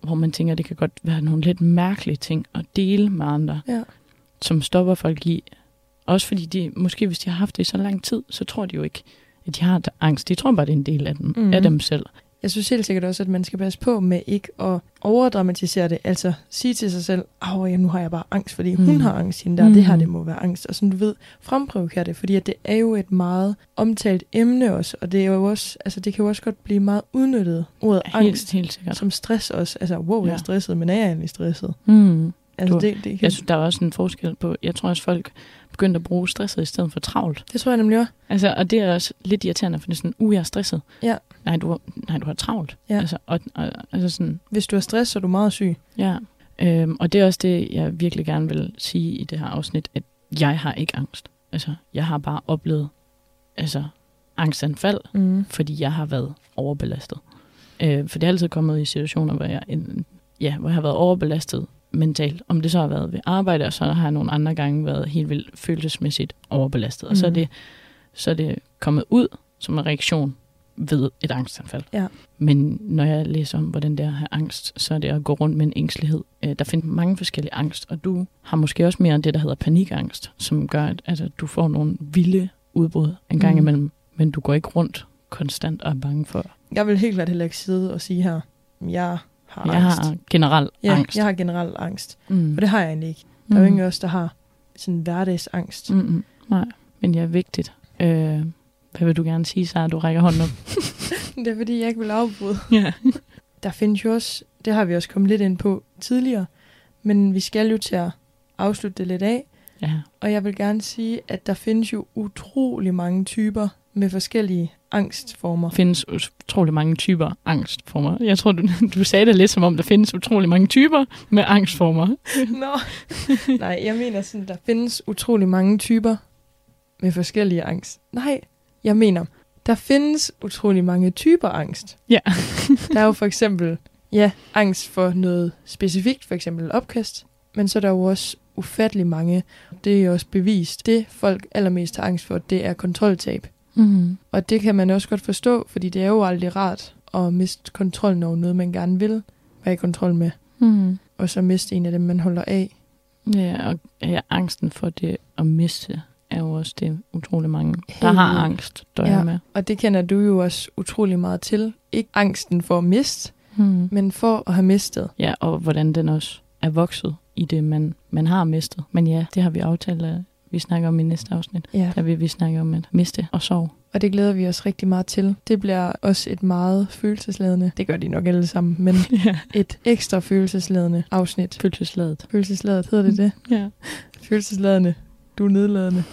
Speaker 4: hvor man tænker, det kan godt være nogle lidt mærkelige ting at dele med andre,
Speaker 5: ja.
Speaker 4: som stopper folk i. Også fordi de, måske hvis de har haft det i så lang tid, så tror de jo ikke, at de har angst. De tror bare, det er en del af dem, mm-hmm. af dem selv.
Speaker 5: Jeg synes helt sikkert også, at man skal passe på med ikke at overdramatisere det. Altså sige til sig selv, åh ja, nu har jeg bare angst, fordi mm. hun har angst hende der. Mm. Det her, det må være angst. Og sådan du ved, fremprovokere det, fordi at det er jo et meget omtalt emne også. Og det er jo også, altså det kan jo også godt blive meget udnyttet, ordet
Speaker 4: helt,
Speaker 5: angst,
Speaker 4: helt sikkert.
Speaker 5: Som stress også. Altså, wow, jeg
Speaker 4: ja.
Speaker 5: er stresset, men er jeg egentlig stresset?
Speaker 4: Mm.
Speaker 5: Altså,
Speaker 4: du,
Speaker 5: det, det kan...
Speaker 4: Jeg synes, der er også en forskel på, jeg tror også, folk begyndte at bruge stresset i stedet for travlt.
Speaker 5: Det tror jeg nemlig også.
Speaker 4: Altså, og det er også lidt irriterende, for det er sådan, uh, jeg er stresset.
Speaker 5: Ja.
Speaker 4: Nej, du har, nej, du har travlt.
Speaker 5: Ja.
Speaker 4: Altså, og, og, altså sådan,
Speaker 5: hvis du har stress, så er du meget syg.
Speaker 4: Ja, øhm, og det er også det, jeg virkelig gerne vil sige i det her afsnit, at jeg har ikke angst. Altså, jeg har bare oplevet altså, angstanfald, mm. fordi jeg har været overbelastet. Øh, for det er altid kommet i situationer, hvor jeg, en, ja, hvor jeg har været overbelastet mentalt. Om det så har været ved arbejde, og så har jeg nogle andre gange været helt vildt følelsesmæssigt overbelastet. Og mm. så, er det, så er det kommet ud som en reaktion ved et angstanfald.
Speaker 5: Ja.
Speaker 4: Men når jeg læser om, hvordan det er at have angst, så er det at gå rundt med en ængstelighed. Der findes mange forskellige angst, og du har måske også mere end det, der hedder panikangst, som gør, at altså, du får nogle vilde udbrud en gang mm. imellem, men du går ikke rundt konstant og er bange for.
Speaker 5: Jeg vil helt klart heller ikke sidde og sige her, jeg har
Speaker 4: jeg
Speaker 5: angst.
Speaker 4: har generelt
Speaker 5: ja,
Speaker 4: angst.
Speaker 5: jeg har generelt angst, mm. og det har jeg egentlig ikke. Der er
Speaker 4: mm.
Speaker 5: jo ingen af os, der har sådan hverdagsangst.
Speaker 4: Mm-mm. Nej, men det er vigtigt. Øh, hvad vil du gerne sige, Sara? Du rækker hånden op.
Speaker 5: Det er fordi, jeg ikke vil afbryde.
Speaker 4: Ja.
Speaker 5: Der findes jo også, det har vi også kommet lidt ind på tidligere, men vi skal jo til at afslutte det lidt af.
Speaker 4: Ja. Og
Speaker 5: jeg vil gerne sige, at der findes jo utrolig mange typer med forskellige angstformer.
Speaker 4: Der findes utrolig mange typer angstformer. Jeg tror, du, du sagde det lidt som om, der findes utrolig mange typer med angstformer.
Speaker 5: Nå, nej, jeg mener sådan, der findes utrolig mange typer med forskellige angst. Nej, jeg mener, der findes utrolig mange typer angst.
Speaker 4: Ja.
Speaker 5: Der er jo for eksempel, ja, angst for noget specifikt, for eksempel opkast, men så er der jo også ufattelig mange. Det er også bevist. Det folk allermest har angst for, det er kontroltab.
Speaker 4: Mm-hmm.
Speaker 5: Og det kan man også godt forstå, fordi det er jo aldrig rart at miste kontrollen over noget, man gerne vil være i kontrol med.
Speaker 4: Mm-hmm.
Speaker 5: Og så miste en af dem, man holder af.
Speaker 4: Ja, og ja, angsten for det at miste er jo også det utrolig mange, der hey. har angst, døjer ja. med.
Speaker 5: Og det kender du jo også utrolig meget til. Ikke angsten for at miste,
Speaker 4: mm.
Speaker 5: men for at have mistet.
Speaker 4: Ja, og hvordan den også er vokset i det, man, man har mistet. Men ja, det har vi aftalt, at vi snakker om i næste afsnit.
Speaker 5: Ja.
Speaker 4: Der vil vi snakke om at miste og sove.
Speaker 5: Og det glæder vi os rigtig meget til. Det bliver også et meget følelsesladende, det gør de nok alle sammen, men
Speaker 4: ja.
Speaker 5: et ekstra følelsesladende afsnit.
Speaker 4: Følelsesladet.
Speaker 5: Følelsesladet, hedder det det?
Speaker 4: Ja.
Speaker 5: Følelsesladende. Du er nedladende.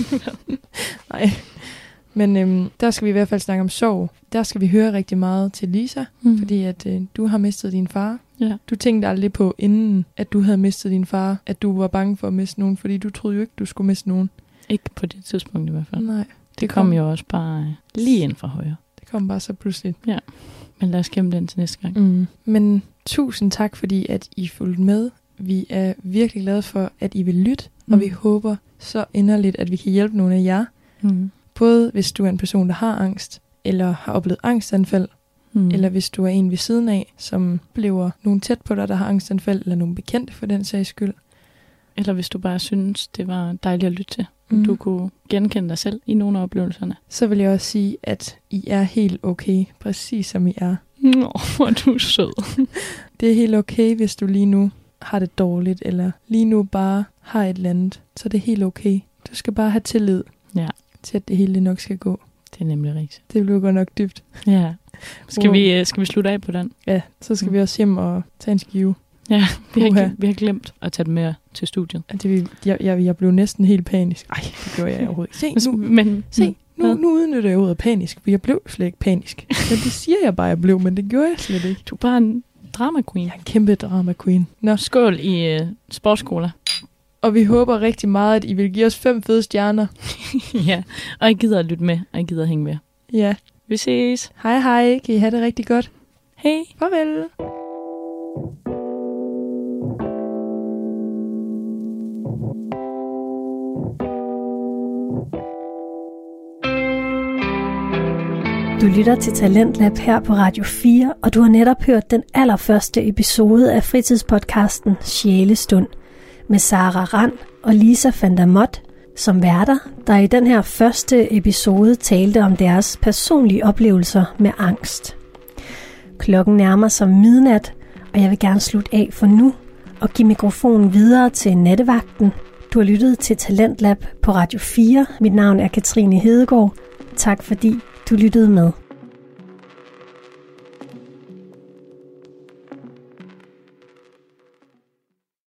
Speaker 5: Nej. Men øhm, der skal vi i hvert fald snakke om sorg. Der skal vi høre rigtig meget til Lisa, mm. fordi at øh, du har mistet din far.
Speaker 4: Ja.
Speaker 5: Du tænkte aldrig på, inden at du havde mistet din far, at du var bange for at miste nogen, fordi du troede jo ikke, du skulle miste nogen.
Speaker 4: Ikke på det tidspunkt i hvert fald.
Speaker 5: Nej. Det,
Speaker 4: det kom, kom jo også bare lige ind fra højre.
Speaker 5: Det kom bare så pludseligt.
Speaker 4: Ja, men lad os gemme den til næste gang.
Speaker 5: Mm. Men tusind tak, fordi at I fulgte med. Vi er virkelig glade for, at I vil lytte, mm. og vi håber så inderligt, at vi kan hjælpe nogle af jer.
Speaker 4: Mm.
Speaker 5: Både hvis du er en person, der har angst, eller har oplevet angstanfald, mm. eller hvis du er en ved siden af, som bliver nogen tæt på dig, der har angstanfald, eller nogen bekendte for den sags skyld.
Speaker 4: Eller hvis du bare synes, det var dejligt at lytte til,
Speaker 5: mm.
Speaker 4: du kunne genkende dig selv i nogle af oplevelserne.
Speaker 5: Så vil jeg også sige, at I er helt okay, præcis som I er.
Speaker 4: Nå, hvor er du sød.
Speaker 5: Det er helt okay, hvis du lige nu har det dårligt, eller lige nu bare har et eller andet, så det er helt okay. Du skal bare have tillid
Speaker 4: ja.
Speaker 5: til, at det hele nok skal gå.
Speaker 4: Det er nemlig rigtigt.
Speaker 5: Det bliver godt nok dybt.
Speaker 4: Ja. Skal, wow. vi, skal vi slutte af på den?
Speaker 5: Ja, så skal mm. vi også hjem og tage en skive.
Speaker 4: Ja, vi har, vi har glemt at tage det med til studiet.
Speaker 5: Det, jeg, jeg, jeg blev næsten helt panisk. Ej, det gjorde jeg overhovedet ikke. Se, nu,
Speaker 4: men,
Speaker 5: se, nu, nu udnytter jeg ordet panisk, for jeg blev slet ikke panisk. Men det siger jeg bare, jeg blev, men det gjorde jeg slet ikke.
Speaker 4: Du er bare en drama queen.
Speaker 5: Jeg er en kæmpe drama queen. Nå.
Speaker 4: Skål i uh, sportsskoler.
Speaker 5: Og vi håber rigtig meget, at I vil give os fem fede stjerner.
Speaker 4: Ja, og I gider at lytte med, og I gider at hænge med.
Speaker 5: Ja.
Speaker 4: Vi ses.
Speaker 5: Hej hej, kan I have det rigtig godt.
Speaker 4: Hej.
Speaker 5: Farvel.
Speaker 1: Du lytter til Talentlab her på Radio fire, og du har netop hørt den allerførste episode af fritidspodcasten Sjælestund med Sara Rand og Lisa van der Mott som værter, der i den her første episode talte om deres personlige oplevelser med angst. Klokken nærmer sig midnat, og jeg vil gerne slutte af for nu og give mikrofonen videre til nattevagten. Du har lyttet til Talentlab på Radio fire. Mit navn er Katrine Hedegaard. Tak fordi du lyttede med.